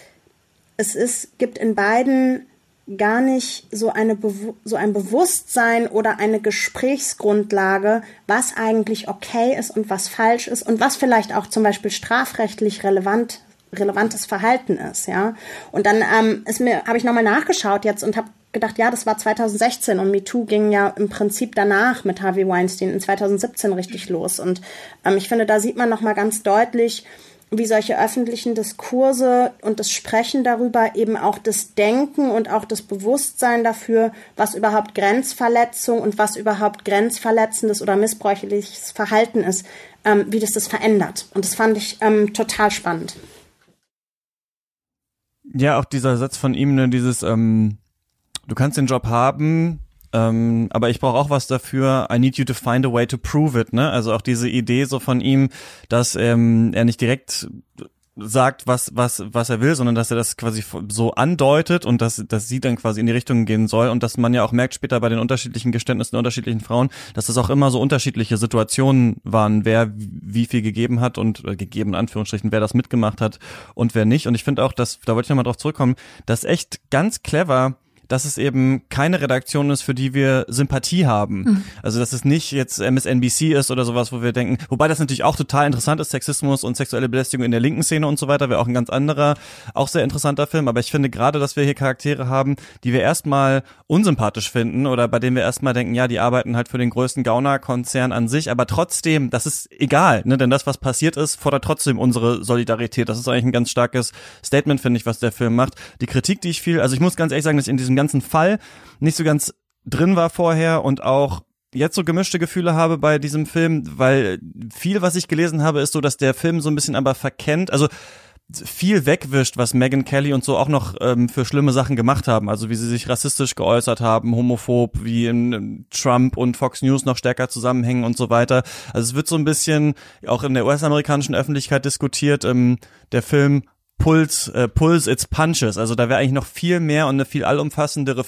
gibt in beiden gar nicht so ein Bewusstsein oder eine Gesprächsgrundlage, was eigentlich okay ist und was falsch ist und was vielleicht auch zum Beispiel strafrechtlich relevantes Verhalten ist, ja. Und dann habe ich nochmal nachgeschaut jetzt und habe gedacht, ja, das war 2016 und MeToo ging ja im Prinzip danach mit Harvey Weinstein in 2017 richtig los. Und ich finde, da sieht man nochmal ganz deutlich, wie solche öffentlichen Diskurse und das Sprechen darüber eben auch das Denken und auch das Bewusstsein dafür, was überhaupt Grenzverletzung und was überhaupt grenzverletzendes oder missbräuchliches Verhalten ist, wie das verändert. Und das fand ich total spannend. Ja, auch dieser Satz von ihm, ne, dieses du kannst den Job haben, aber ich brauche auch was dafür. I need you to find a way to prove it, ne? Also auch diese Idee so von ihm, dass er nicht direkt sagt, was er will, sondern dass er das quasi so andeutet und dass sie dann quasi in die Richtung gehen soll und dass man ja auch merkt später bei den unterschiedlichen Geständnissen der unterschiedlichen Frauen, dass das auch immer so unterschiedliche Situationen waren, wer wie viel gegeben hat und gegeben in Anführungsstrichen, wer das mitgemacht hat und wer nicht. Und ich finde auch, da wollte ich nochmal drauf zurückkommen, dass echt ganz clever dass es eben keine Redaktion ist, für die wir Sympathie haben. Also dass es nicht jetzt MSNBC ist oder sowas, wo wir denken, wobei das natürlich auch total interessant ist, Sexismus und sexuelle Belästigung in der linken Szene und so weiter, wäre auch ein ganz anderer, auch sehr interessanter Film, aber ich finde gerade, dass wir hier Charaktere haben, die wir erstmal unsympathisch finden oder bei denen wir erstmal denken, ja, die arbeiten halt für den größten Gaunerkonzern an sich, aber trotzdem, das ist egal, ne, denn das, was passiert ist, fordert trotzdem unsere Solidarität. Das ist eigentlich ein ganz starkes Statement, finde ich, was der Film macht. Die Kritik, die ich also ich muss ganz ehrlich sagen, dass ich in diesem ganzen Fall nicht so ganz drin war vorher und auch jetzt so gemischte Gefühle habe bei diesem Film, weil viel, was ich gelesen habe, ist so, dass der Film so ein bisschen aber verkennt, also viel wegwischt, was Megyn Kelly und so auch noch für schlimme Sachen gemacht haben, also wie sie sich rassistisch geäußert haben, homophob, wie in Trump und Fox News noch stärker zusammenhängen und so weiter. Also es wird so ein bisschen auch in der US-amerikanischen Öffentlichkeit diskutiert, der Film Pulse its Punches, also da wäre eigentlich noch viel mehr und eine viel allumfassendere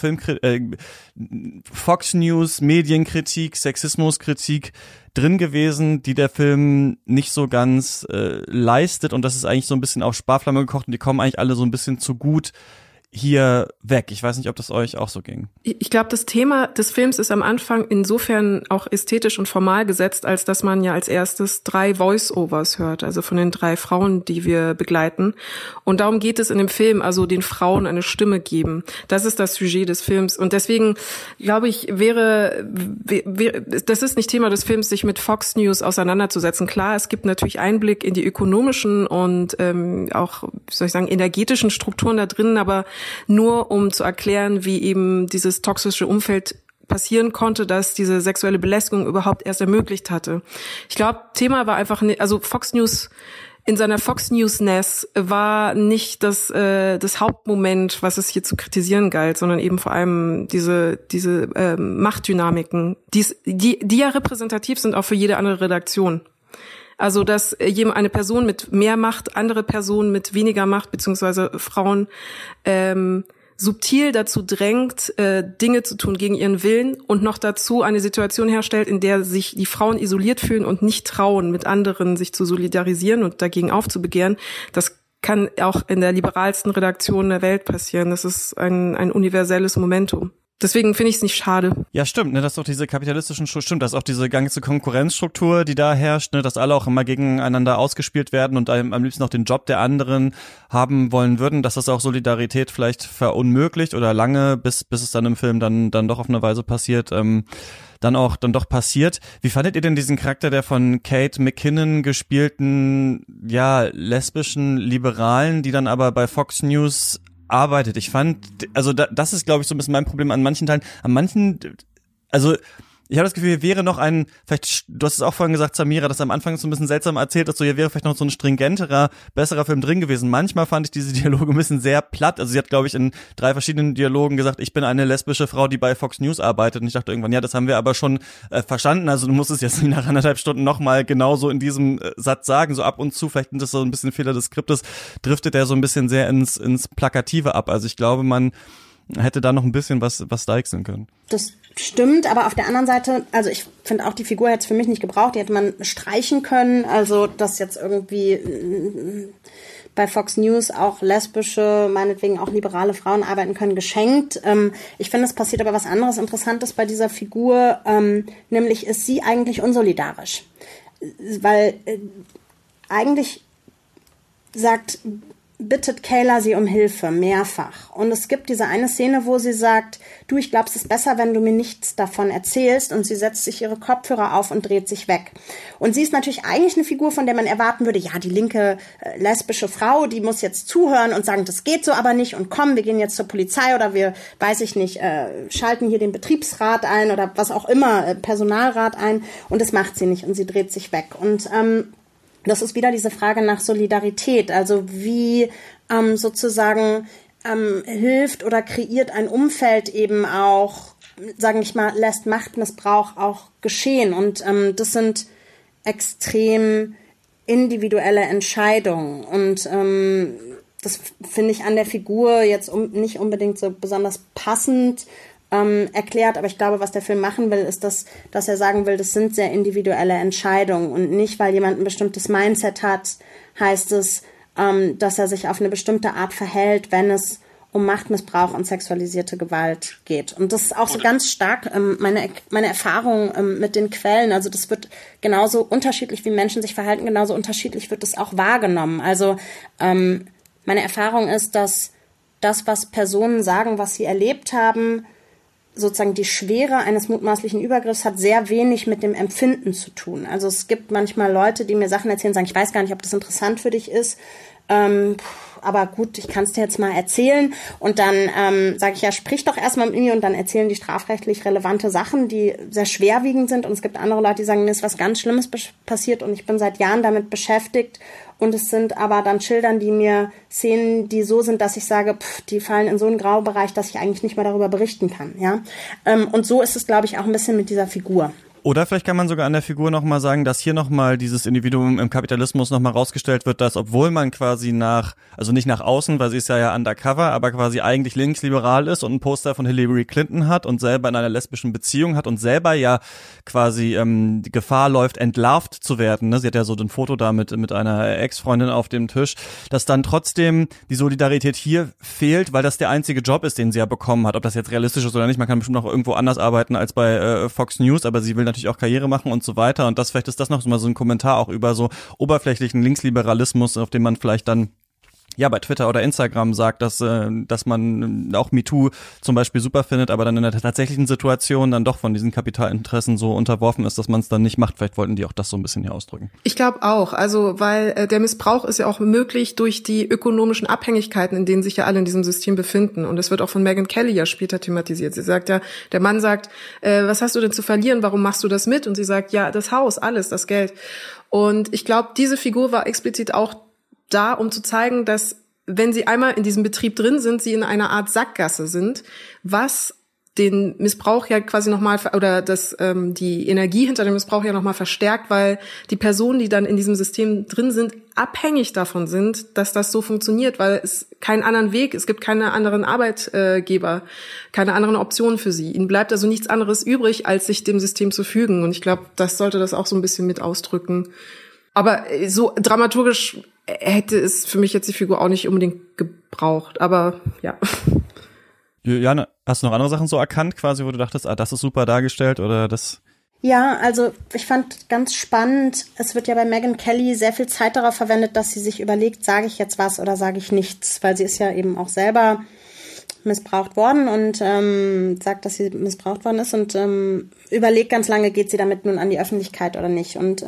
Fox News, Medienkritik, Sexismuskritik drin gewesen, die der Film nicht so ganz leistet, und das ist eigentlich so ein bisschen auf Sparflamme gekocht und die kommen eigentlich alle so ein bisschen zu gut hier weg. Ich weiß nicht, ob das euch auch so ging. Ich glaube, das Thema des Films ist am Anfang insofern auch ästhetisch und formal gesetzt, als dass man ja als erstes 3 Voice-Overs hört, also von den 3 Frauen, die wir begleiten. Und darum geht es in dem Film, also den Frauen eine Stimme geben. Das ist das Sujet des Films. Und deswegen, glaube ich, das ist nicht Thema des Films, sich mit Fox News auseinanderzusetzen. Klar, es gibt natürlich Einblick in die ökonomischen und auch, wie soll ich sagen, energetischen Strukturen da drinnen, aber nur um zu erklären, wie eben dieses toxische Umfeld passieren konnte, dass diese sexuelle Belästigung überhaupt erst ermöglicht hatte. Ich glaube, Thema war einfach, also Fox News in seiner Fox News-Ness war nicht das Hauptmoment, was es hier zu kritisieren galt, sondern eben vor allem diese Machtdynamiken, die ja repräsentativ sind auch für jede andere Redaktion. Also, dass eine Person mit mehr Macht, andere Personen mit weniger Macht, beziehungsweise Frauen, subtil dazu drängt, Dinge zu tun gegen ihren Willen und noch dazu eine Situation herstellt, in der sich die Frauen isoliert fühlen und nicht trauen, mit anderen sich zu solidarisieren und dagegen aufzubegehren. Das kann auch in der liberalsten Redaktion der Welt passieren. Das ist ein universelles Momentum. Deswegen finde ich es nicht schade. Ja, stimmt, ne, dass auch diese kapitalistischen stimmt, dass auch diese ganze Konkurrenzstruktur, die da herrscht, ne, dass alle auch immer gegeneinander ausgespielt werden und am liebsten auch den Job der anderen haben wollen würden, dass das auch Solidarität vielleicht verunmöglicht oder lange, bis es dann im Film dann doch auf eine Weise passiert, dann doch passiert. Wie fandet ihr denn diesen Charakter der von Kate McKinnon gespielten, ja, lesbischen Liberalen, die dann aber bei Fox News arbeitet? Ich fand, also das ist, glaube ich, so ein bisschen mein Problem an manchen Teilen. Also ich habe das Gefühl, hier wäre noch vielleicht, du hast es auch vorhin gesagt, Samira, dass am Anfang so ein bisschen seltsam erzählt ist, so hier wäre vielleicht noch so ein stringenterer, besserer Film drin gewesen. Manchmal fand ich diese Dialoge ein bisschen sehr platt. Also sie hat, glaube ich, in 3 verschiedenen Dialogen gesagt, ich bin eine lesbische Frau, die bei Fox News arbeitet. Und ich dachte irgendwann, ja, das haben wir aber schon verstanden. Also du musst es jetzt nach 1,5 Stunden nochmal genauso in diesem Satz sagen. So ab und zu, vielleicht sind das so ein bisschen Fehler des Skriptes, driftet er so ein bisschen sehr ins Plakative ab. Also ich glaube, man hätte da noch ein bisschen was deichseln können. Das stimmt, aber auf der anderen Seite, also ich finde auch, die Figur hätte es für mich nicht gebraucht, die hätte man streichen können, also dass jetzt irgendwie bei Fox News auch lesbische, meinetwegen auch liberale Frauen arbeiten können, geschenkt. Ich finde, es passiert aber was anderes Interessantes bei dieser Figur, nämlich ist sie eigentlich unsolidarisch, weil eigentlich bittet Kayla sie um Hilfe, mehrfach. Und es gibt diese eine Szene, wo sie sagt, du, ich glaube, es ist besser, wenn du mir nichts davon erzählst. Und sie setzt sich ihre Kopfhörer auf und dreht sich weg. Und sie ist natürlich eigentlich eine Figur, von der man erwarten würde, ja, die linke lesbische Frau, die muss jetzt zuhören und sagen, das geht so aber nicht. Und komm, wir gehen jetzt zur Polizei oder wir, weiß ich nicht, schalten hier den Betriebsrat ein oder was auch immer, Personalrat ein. Und das macht sie nicht und sie dreht sich weg. Und das ist wieder diese Frage nach Solidarität, also wie sozusagen hilft oder kreiert ein Umfeld eben auch, sagen ich mal, lässt Machtmissbrauch auch geschehen. Und das sind extrem individuelle Entscheidungen. Und das finde ich an der Figur jetzt nicht unbedingt so besonders passend erklärt, aber ich glaube, was der Film machen will, ist, dass er sagen will, das sind sehr individuelle Entscheidungen und nicht, weil jemand ein bestimmtes Mindset hat, heißt es, dass er sich auf eine bestimmte Art verhält, wenn es um Machtmissbrauch und sexualisierte Gewalt geht. Und das ist auch so ganz stark meine Erfahrung mit den Quellen. Also das wird genauso unterschiedlich, wie Menschen sich verhalten, genauso unterschiedlich wird es auch wahrgenommen. Also meine Erfahrung ist, dass das, was Personen sagen, was sie erlebt haben, sozusagen die Schwere eines mutmaßlichen Übergriffs hat sehr wenig mit dem Empfinden zu tun. Also es gibt manchmal Leute, die mir Sachen erzählen, sagen, ich weiß gar nicht, ob das interessant für dich ist, aber gut, ich kann es dir jetzt mal erzählen. Und dann sage ich, ja, sprich doch erstmal mit mir, und dann erzählen die strafrechtlich relevante Sachen, die sehr schwerwiegend sind. Und es gibt andere Leute, die sagen, mir ist was ganz Schlimmes passiert und ich bin seit Jahren damit beschäftigt. Und es sind aber dann Schildern, die mir Szenen, die so sind, dass ich sage, die fallen in so einen Graubereich, dass ich eigentlich nicht mehr darüber berichten kann. Ja, und so ist es, glaube ich, auch ein bisschen mit dieser Figur. Oder vielleicht kann man sogar an der Figur nochmal sagen, dass hier nochmal dieses Individuum im Kapitalismus nochmal rausgestellt wird, dass obwohl man quasi also nicht nach außen, weil sie ist ja undercover, aber quasi eigentlich linksliberal ist und ein Poster von Hillary Clinton hat und selber in einer lesbischen Beziehung hat und selber ja quasi die Gefahr läuft, entlarvt zu werden. Ne? Sie hat ja so ein Foto da mit einer Ex-Freundin auf dem Tisch, dass dann trotzdem die Solidarität hier fehlt, weil das der einzige Job ist, den sie ja bekommen hat. Ob das jetzt realistisch ist oder nicht, man kann bestimmt noch irgendwo anders arbeiten als bei Fox News, aber sie will natürlich auch Karriere machen und so weiter, und vielleicht ist das noch mal so ein Kommentar auch über so oberflächlichen Linksliberalismus, auf den man vielleicht dann ja bei Twitter oder Instagram sagt, dass man auch MeToo zum Beispiel super findet, aber dann in der tatsächlichen Situation dann doch von diesen Kapitalinteressen so unterworfen ist, dass man es dann nicht macht. Vielleicht wollten die auch das so ein bisschen hier ausdrücken. Ich glaube auch, also weil der Missbrauch ist ja auch möglich durch die ökonomischen Abhängigkeiten, in denen sich ja alle in diesem System befinden, und es wird auch von Megyn Kelly ja später thematisiert. Sie sagt ja, der Mann sagt, was hast du denn zu verlieren, warum machst du das mit? Und sie sagt, ja, das Haus, alles, das Geld. Und ich glaube, diese Figur war explizit auch da, um zu zeigen, dass, wenn sie einmal in diesem Betrieb drin sind, sie in einer Art Sackgasse sind, was den Missbrauch ja quasi nochmal, oder die Energie hinter dem Missbrauch ja nochmal verstärkt, weil die Personen, die dann in diesem System drin sind, abhängig davon sind, dass das so funktioniert, weil es keinen anderen Weg, es gibt keine anderen Arbeitgeber, keine anderen Optionen für sie. Ihnen bleibt also nichts anderes übrig, als sich dem System zu fügen. Und ich glaube, das sollte das auch so ein bisschen mit ausdrücken. Aber so dramaturgisch hätte es für mich jetzt die Figur auch nicht unbedingt gebraucht, aber ja. Juliane, hast du noch andere Sachen so erkannt, quasi, wo du dachtest, das ist super dargestellt, oder das? Ja, also ich fand ganz spannend, es wird ja bei Megyn Kelly sehr viel Zeit darauf verwendet, dass sie sich überlegt, sage ich jetzt was oder sage ich nichts, weil sie ist ja eben auch selber missbraucht worden und sagt, dass sie missbraucht worden ist, und überlegt ganz lange, geht sie damit nun an die Öffentlichkeit oder nicht. Und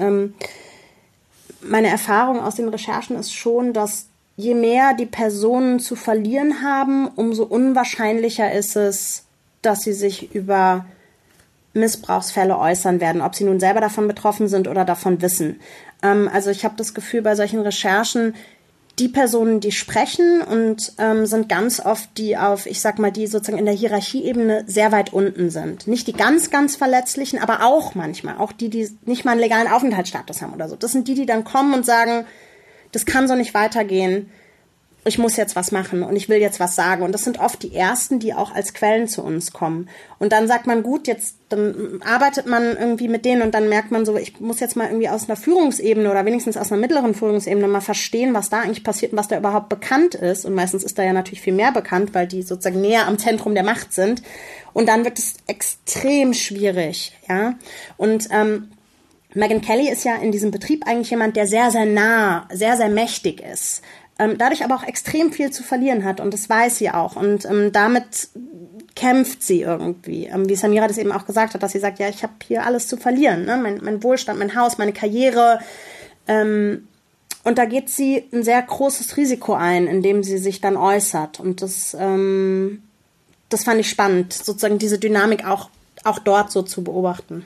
meine Erfahrung aus den Recherchen ist schon, dass je mehr die Personen zu verlieren haben, umso unwahrscheinlicher ist es, dass sie sich über Missbrauchsfälle äußern werden, ob sie nun selber davon betroffen sind oder davon wissen. Also ich habe das Gefühl, bei solchen Recherchen, die Personen, die sprechen, und sind ganz oft die die sozusagen in der Hierarchieebene sehr weit unten sind. Nicht die ganz, ganz Verletzlichen, aber auch manchmal, auch die nicht mal einen legalen Aufenthaltsstatus haben oder so. Das sind die dann kommen und sagen, das kann so nicht weitergehen, ich muss jetzt was machen und ich will jetzt was sagen. Und das sind oft die Ersten, die auch als Quellen zu uns kommen. Und dann sagt man, gut, dann arbeitet man irgendwie mit denen, und dann merkt man so, ich muss jetzt mal irgendwie aus einer Führungsebene oder wenigstens aus einer mittleren Führungsebene mal verstehen, was da eigentlich passiert und was da überhaupt bekannt ist. Und meistens ist da ja natürlich viel mehr bekannt, weil die sozusagen näher am Zentrum der Macht sind. Und dann wird es extrem schwierig, ja. Und Megyn Kelly ist ja in diesem Betrieb eigentlich jemand, der sehr, sehr nah, sehr, sehr mächtig ist. Dadurch aber auch extrem viel zu verlieren hat, und das weiß sie auch, und damit kämpft sie irgendwie, wie Samira das eben auch gesagt hat, dass sie sagt, ja, ich habe hier alles zu verlieren, ne? Mein Wohlstand, mein Haus, meine Karriere, und da geht sie ein sehr großes Risiko ein, indem sie sich dann äußert, und das fand ich spannend, sozusagen diese Dynamik auch dort so zu beobachten.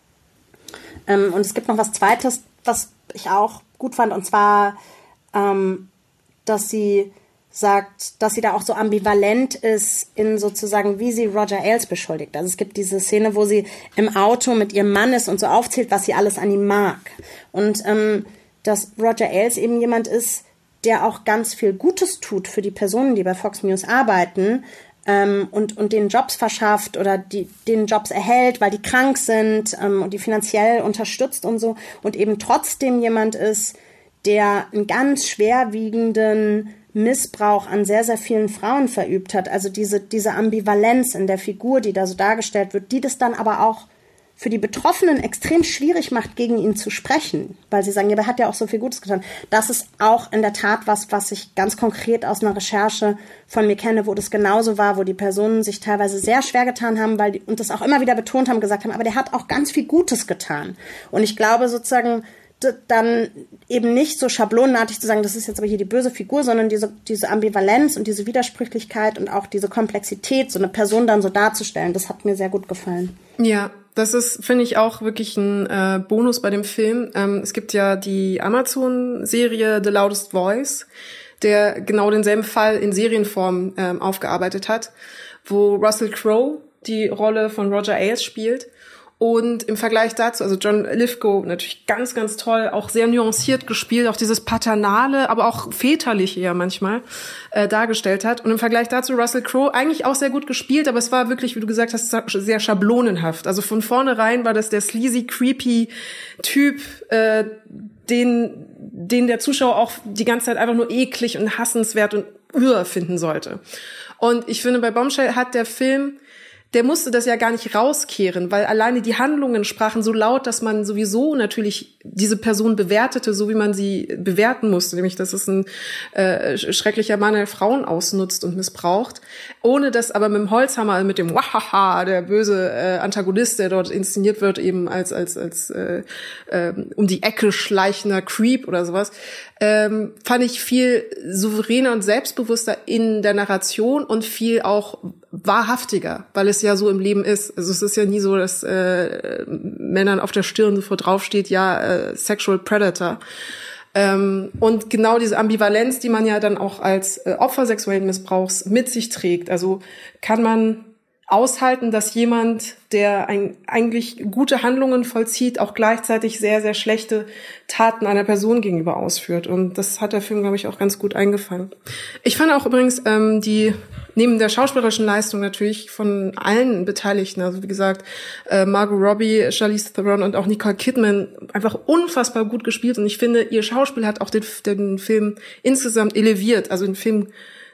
Und es gibt noch was Zweites, was ich auch gut fand, und zwar dass sie sagt, dass sie da auch so ambivalent ist in sozusagen, wie sie Roger Ailes beschuldigt. Also es gibt diese Szene, wo sie im Auto mit ihrem Mann ist und so aufzählt, was sie alles an ihm mag. Und dass Roger Ailes eben jemand ist, der auch ganz viel Gutes tut für die Personen, die bei Fox News arbeiten, und denen Jobs verschafft oder denen Jobs erhält, weil die krank sind, und die finanziell unterstützt und so, und eben trotzdem jemand ist, der einen ganz schwerwiegenden Missbrauch an sehr, sehr vielen Frauen verübt hat. Also diese Ambivalenz in der Figur, die da so dargestellt wird, die das dann aber auch für die Betroffenen extrem schwierig macht, gegen ihn zu sprechen, weil sie sagen, ja, aber er hat ja auch so viel Gutes getan. Das ist auch in der Tat was ich ganz konkret aus einer Recherche von mir kenne, wo das genauso war, wo die Personen sich teilweise sehr schwer getan haben, und das auch immer wieder betont haben, gesagt haben, aber der hat auch ganz viel Gutes getan. Und ich glaube sozusagen, dann eben nicht so schablonenartig zu sagen, das ist jetzt aber hier die böse Figur, sondern diese Ambivalenz und diese Widersprüchlichkeit und auch diese Komplexität, so eine Person dann so darzustellen, das hat mir sehr gut gefallen. Ja, das ist, finde ich, auch wirklich ein Bonus bei dem Film. Es gibt ja die Amazon-Serie The Loudest Voice, der genau denselben Fall in Serienform aufgearbeitet hat, wo Russell Crowe die Rolle von Roger Ailes spielt. Und im Vergleich dazu, also John Lithgow natürlich ganz, ganz toll, auch sehr nuanciert gespielt, auch dieses Paternale, aber auch Väterliche ja manchmal dargestellt hat. Und im Vergleich dazu Russell Crowe eigentlich auch sehr gut gespielt, aber es war wirklich, wie du gesagt hast, sehr schablonenhaft. Also von vornherein war das der sleazy, creepy Typ, den der Zuschauer auch die ganze Zeit einfach nur eklig und hassenswert und finden sollte. Und ich finde, bei Bombshell hat der Film, der musste das ja gar nicht rauskehren, weil alleine die Handlungen sprachen so laut, dass man sowieso natürlich diese Person bewertete, so wie man sie bewerten musste, nämlich dass es ein schrecklicher Mann, der Frauen ausnutzt und missbraucht, ohne dass aber mit dem Holzhammer, mit dem Wahaha, der böse Antagonist, der dort inszeniert wird, eben als um die Ecke schleichender Creep oder sowas, fand ich viel souveräner und selbstbewusster in der Narration und viel auch wahrhaftiger, weil es ja so im Leben ist. Also es ist ja nie so, dass Männern auf der Stirn sofort draufsteht, ja, Sexual Predator. Und genau diese Ambivalenz, die man ja dann auch als Opfer sexuellen Missbrauchs mit sich trägt. Also kann man aushalten, dass jemand, der eigentlich gute Handlungen vollzieht, auch gleichzeitig sehr, sehr schlechte Taten einer Person gegenüber ausführt. Und das hat der Film, glaube ich, auch ganz gut eingefangen. Ich fand auch übrigens neben der schauspielerischen Leistung natürlich von allen Beteiligten, also wie gesagt, Margot Robbie, Charlize Theron und auch Nicole Kidman einfach unfassbar gut gespielt. Und ich finde, ihr Schauspiel hat auch den Film insgesamt eleviert, also den Film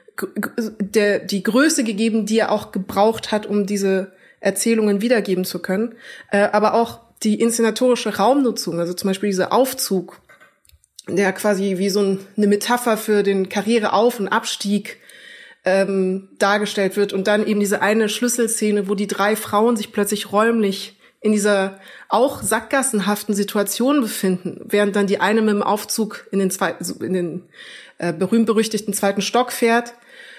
die Größe gegeben, die er auch gebraucht hat, um diese Erzählungen wiedergeben zu können. Aber auch die inszenatorische Raumnutzung, also zum Beispiel dieser Aufzug, der quasi wie so eine Metapher für den Karriereauf- und Abstieg dargestellt wird. Und dann eben diese eine Schlüsselszene, wo die 3 Frauen sich plötzlich räumlich in dieser auch sackgassenhaften Situation befinden, während dann die eine mit dem Aufzug in den berühmt-berüchtigten 2. Stock fährt.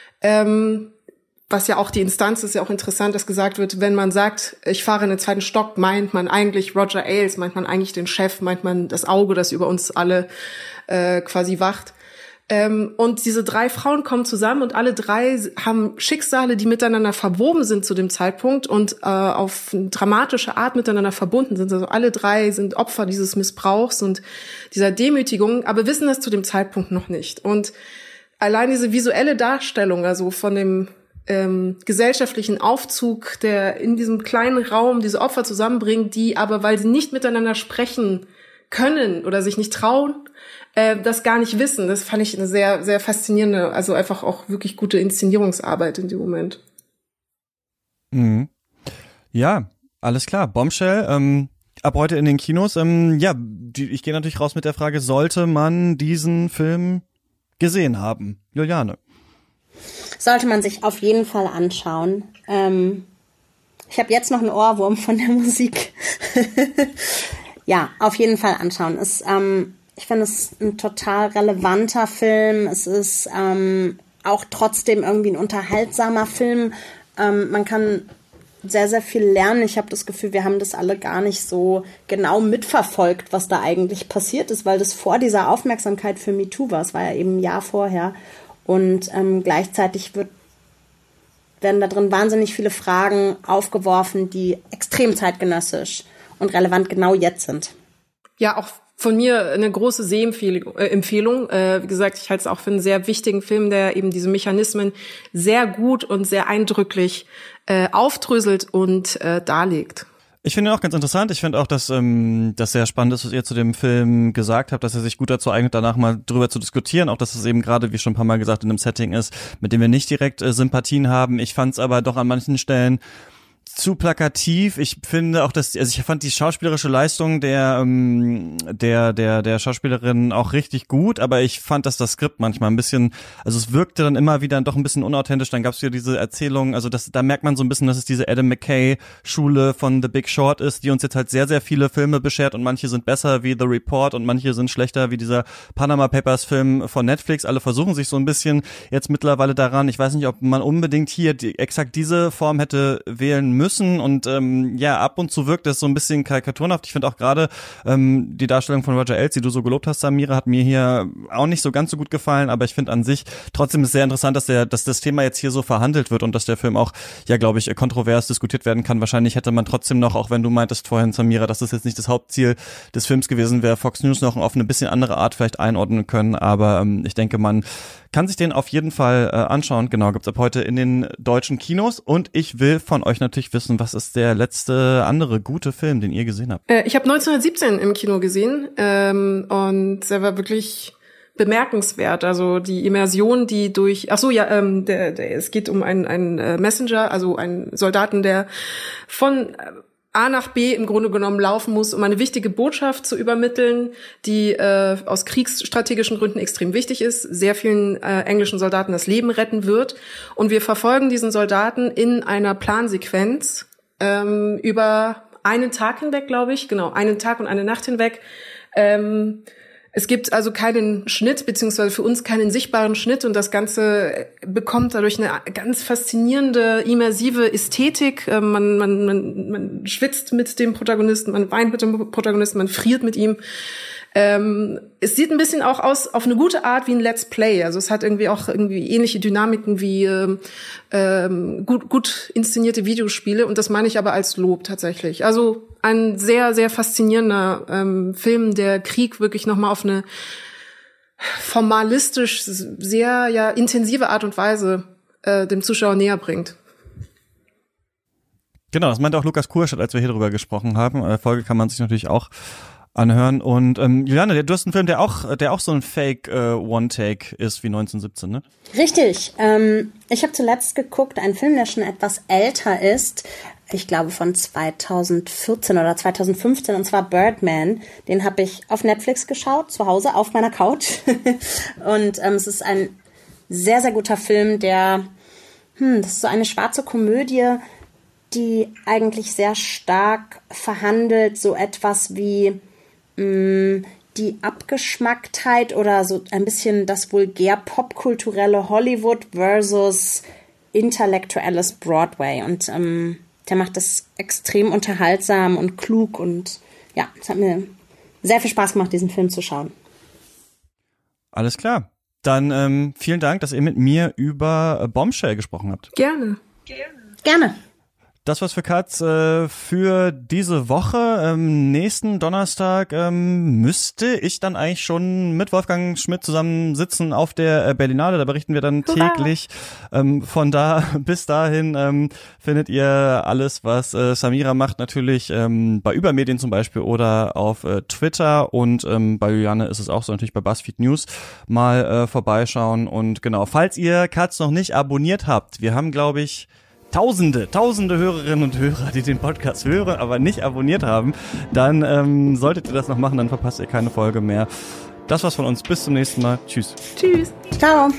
Was ja auch die Instanz ist, ja auch interessant, dass gesagt wird, wenn man sagt, ich fahre in den 2. Stock, meint man eigentlich Roger Ailes, meint man eigentlich den Chef, meint man das Auge, das über uns alle quasi wacht. Und diese 3 Frauen kommen zusammen und alle 3 haben Schicksale, die miteinander verwoben sind zu dem Zeitpunkt und auf eine dramatische Art miteinander verbunden sind. Also alle 3 sind Opfer dieses Missbrauchs und dieser Demütigung, aber wissen das zu dem Zeitpunkt noch nicht. Und allein diese visuelle Darstellung, also von dem gesellschaftlichen Aufzug, der in diesem kleinen Raum diese Opfer zusammenbringt, die aber, weil sie nicht miteinander sprechen können oder sich nicht trauen, das gar nicht wissen. Das fand ich eine sehr, sehr faszinierende, also einfach auch wirklich gute Inszenierungsarbeit in dem Moment. Mhm. Ja, alles klar. Bombshell, ab heute in den Kinos. Ich gehe natürlich raus mit der Frage, sollte man diesen Film gesehen haben? Juliane. Sollte man sich auf jeden Fall anschauen. Ich habe jetzt noch einen Ohrwurm von der Musik. Ja, auf jeden Fall anschauen. Ich finde es ein total relevanter Film. Es ist auch trotzdem irgendwie ein unterhaltsamer Film. Man kann sehr, sehr viel lernen. Ich habe das Gefühl, wir haben das alle gar nicht so genau mitverfolgt, was da eigentlich passiert ist, weil das vor dieser Aufmerksamkeit für MeToo war. Es war ja eben ein Jahr vorher. Und gleichzeitig werden da drin wahnsinnig viele Fragen aufgeworfen, die extrem zeitgenössisch und relevant genau jetzt sind. Ja, auch von mir eine große Sehempfehlung. Wie gesagt, ich halte es auch für einen sehr wichtigen Film, der eben diese Mechanismen sehr gut und sehr eindrücklich aufdröselt und darlegt. Ich finde ihn auch ganz interessant. Ich finde auch, dass das sehr spannend ist, was ihr zu dem Film gesagt habt, dass er sich gut dazu eignet, danach mal drüber zu diskutieren. Auch, dass es eben gerade, wie schon ein paar Mal gesagt, in einem Setting ist, mit dem wir nicht direkt Sympathien haben. Ich fand es aber doch an manchen Stellen zu plakativ. Ich finde auch, ich fand die schauspielerische Leistung der Schauspielerin auch richtig gut, aber ich fand, dass das Skript manchmal ein bisschen, also es wirkte dann immer wieder doch ein bisschen unauthentisch. Dann gab es wieder diese Erzählung, also da merkt man so ein bisschen, dass es diese Adam McKay Schule von The Big Short ist, die uns jetzt halt sehr, sehr viele Filme beschert und manche sind besser wie The Report und manche sind schlechter wie dieser Panama Papers Film von Netflix. Alle versuchen sich so ein bisschen jetzt mittlerweile daran. Ich weiß nicht, ob man unbedingt hier exakt diese Form hätte wählen müssen und ab und zu wirkt es so ein bisschen karikaturenhaft. Ich finde auch gerade die Darstellung von Roger Ailes, die du so gelobt hast, Samira, hat mir hier auch nicht so ganz so gut gefallen, aber ich finde an sich trotzdem ist sehr interessant, dass das Thema jetzt hier so verhandelt wird und dass der Film auch, glaube ich, kontrovers diskutiert werden kann. Wahrscheinlich hätte man trotzdem noch, auch wenn du meintest vorhin, Samira, dass das jetzt nicht das Hauptziel des Films gewesen wäre, Fox News noch auf eine bisschen andere Art vielleicht einordnen können, aber ich denke, man kann sich den auf jeden Fall anschauen. Genau, gibt's ab heute in den deutschen Kinos. Und ich will von euch natürlich wissen, was ist der letzte andere gute Film, den ihr gesehen habt? Ich habe 1917 im Kino gesehen und der war wirklich bemerkenswert. Also die Immersion, die durch... es geht um einen Messenger, also einen Soldaten, der von A nach B im Grunde genommen laufen muss, um eine wichtige Botschaft zu übermitteln, die aus kriegsstrategischen Gründen extrem wichtig ist, sehr vielen englischen Soldaten das Leben retten wird. Und wir verfolgen diesen Soldaten in einer Plansequenz über einen Tag hinweg, glaube ich. Genau, einen Tag und eine Nacht hinweg. Es gibt also keinen Schnitt, beziehungsweise für uns keinen sichtbaren Schnitt und das Ganze bekommt dadurch eine ganz faszinierende, immersive Ästhetik. Man schwitzt mit dem Protagonisten, man weint mit dem Protagonisten, man friert mit ihm. Es sieht ein bisschen auch aus, auf eine gute Art, wie ein Let's Play. Also es hat irgendwie ähnliche Dynamiken wie gut inszenierte Videospiele und das meine ich aber als Lob tatsächlich. Also ein sehr, sehr faszinierender Film, der Krieg wirklich nochmal auf eine formalistisch sehr intensive Art und Weise dem Zuschauer näher bringt. Genau, das meinte auch Lukas Kurstadt, als wir hier drüber gesprochen haben. Folge kann man sich natürlich auch anhören. Und Juliane, du hast einen Film, der auch so ein Fake One-Take ist wie 1917, ne? Richtig. Ich habe zuletzt geguckt, einen Film, der schon etwas älter ist. Ich glaube von 2014 oder 2015, und zwar Birdman. Den habe ich auf Netflix geschaut, zu Hause auf meiner Couch. Und es ist ein sehr, sehr guter Film, das ist so eine schwarze Komödie, die eigentlich sehr stark verhandelt, so etwas wie die Abgeschmacktheit oder so ein bisschen das vulgär popkulturelle Hollywood versus intellektuelles Broadway. Und der macht das extrem unterhaltsam und klug und ja, es hat mir sehr viel Spaß gemacht, diesen Film zu schauen. Alles klar. Dann vielen Dank, dass ihr mit mir über Bombshell gesprochen habt. Gerne. Das war's für Katz für diese Woche. Nächsten Donnerstag müsste ich dann eigentlich schon mit Wolfgang Schmidt zusammen sitzen auf der Berlinale. Da berichten wir dann täglich. Von da bis dahin findet ihr alles, was Samira macht, natürlich bei Übermedien zum Beispiel oder auf Twitter. Und bei Juliane ist es auch so, natürlich bei BuzzFeed News mal vorbeischauen. Und genau, falls ihr Katz noch nicht abonniert habt, wir haben, glaube ich, Tausende Hörerinnen und Hörer, die den Podcast hören, aber nicht abonniert haben, dann solltet ihr das noch machen, dann verpasst ihr keine Folge mehr. Das war's von uns. Bis zum nächsten Mal. Tschüss. Tschüss. Ciao.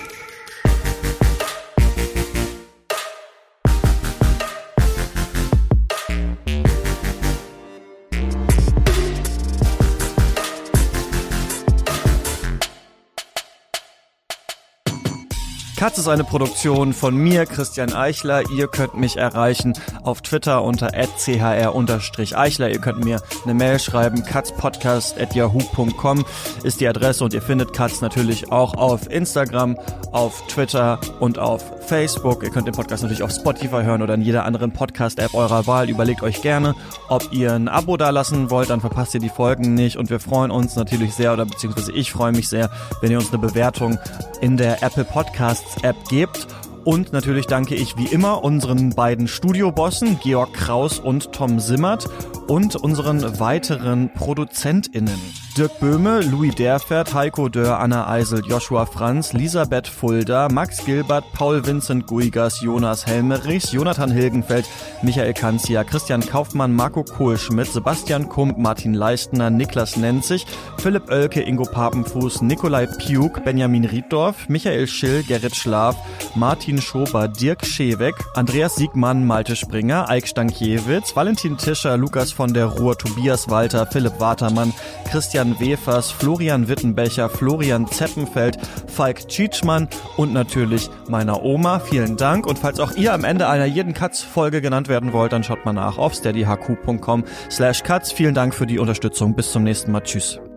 Katz ist eine Produktion von mir, Christian Eichler. Ihr könnt mich erreichen auf Twitter unter @chr_eichler. Ihr könnt mir eine Mail schreiben, katzpodcast@yahoo.com ist die Adresse und ihr findet Katz natürlich auch auf Instagram, auf Twitter und auf Facebook. Ihr könnt den Podcast natürlich auf Spotify hören oder in jeder anderen Podcast-App eurer Wahl. Überlegt euch gerne, ob ihr ein Abo dalassen wollt, dann verpasst ihr die Folgen nicht und wir freuen uns natürlich sehr, oder beziehungsweise ich freue mich sehr, wenn ihr uns eine Bewertung in der Apple Podcasts App gebt. Und natürlich danke ich wie immer unseren beiden Studiobossen, Georg Kraus und Tom Simmert, und unseren weiteren ProduzentInnen. Dirk Böhme, Louis Derfert, Heiko Dörr, Anna Eisel, Joshua Franz, Elisabeth Fulda, Max Gilbert, Paul Vincent Guigas, Jonas Helmerichs, Jonathan Hilgenfeld, Michael Kanzia, Christian Kaufmann, Marco Kohlschmidt, Sebastian Kump, Martin Leistner, Niklas Nenzig, Philipp Oelke, Ingo Papenfuß, Nikolai Piuk, Benjamin Rieddorf, Michael Schill, Gerrit Schlaf, Martin Schober, Dirk Scheweck, Andreas Siegmann, Malte Springer, Eik Stankiewicz, Valentin Tischer, Lukas von der Ruhr, Tobias Walter, Philipp Watermann, Christian Wefers, Florian Wittenbecher, Florian Zeppenfeld, Falk Tschitschmann und natürlich meiner Oma. Vielen Dank. Und falls auch ihr am Ende einer jeden Katz-Folge genannt werden wollt, dann schaut mal nach auf steadyhq.com/katz. Vielen Dank für die Unterstützung. Bis zum nächsten Mal. Tschüss.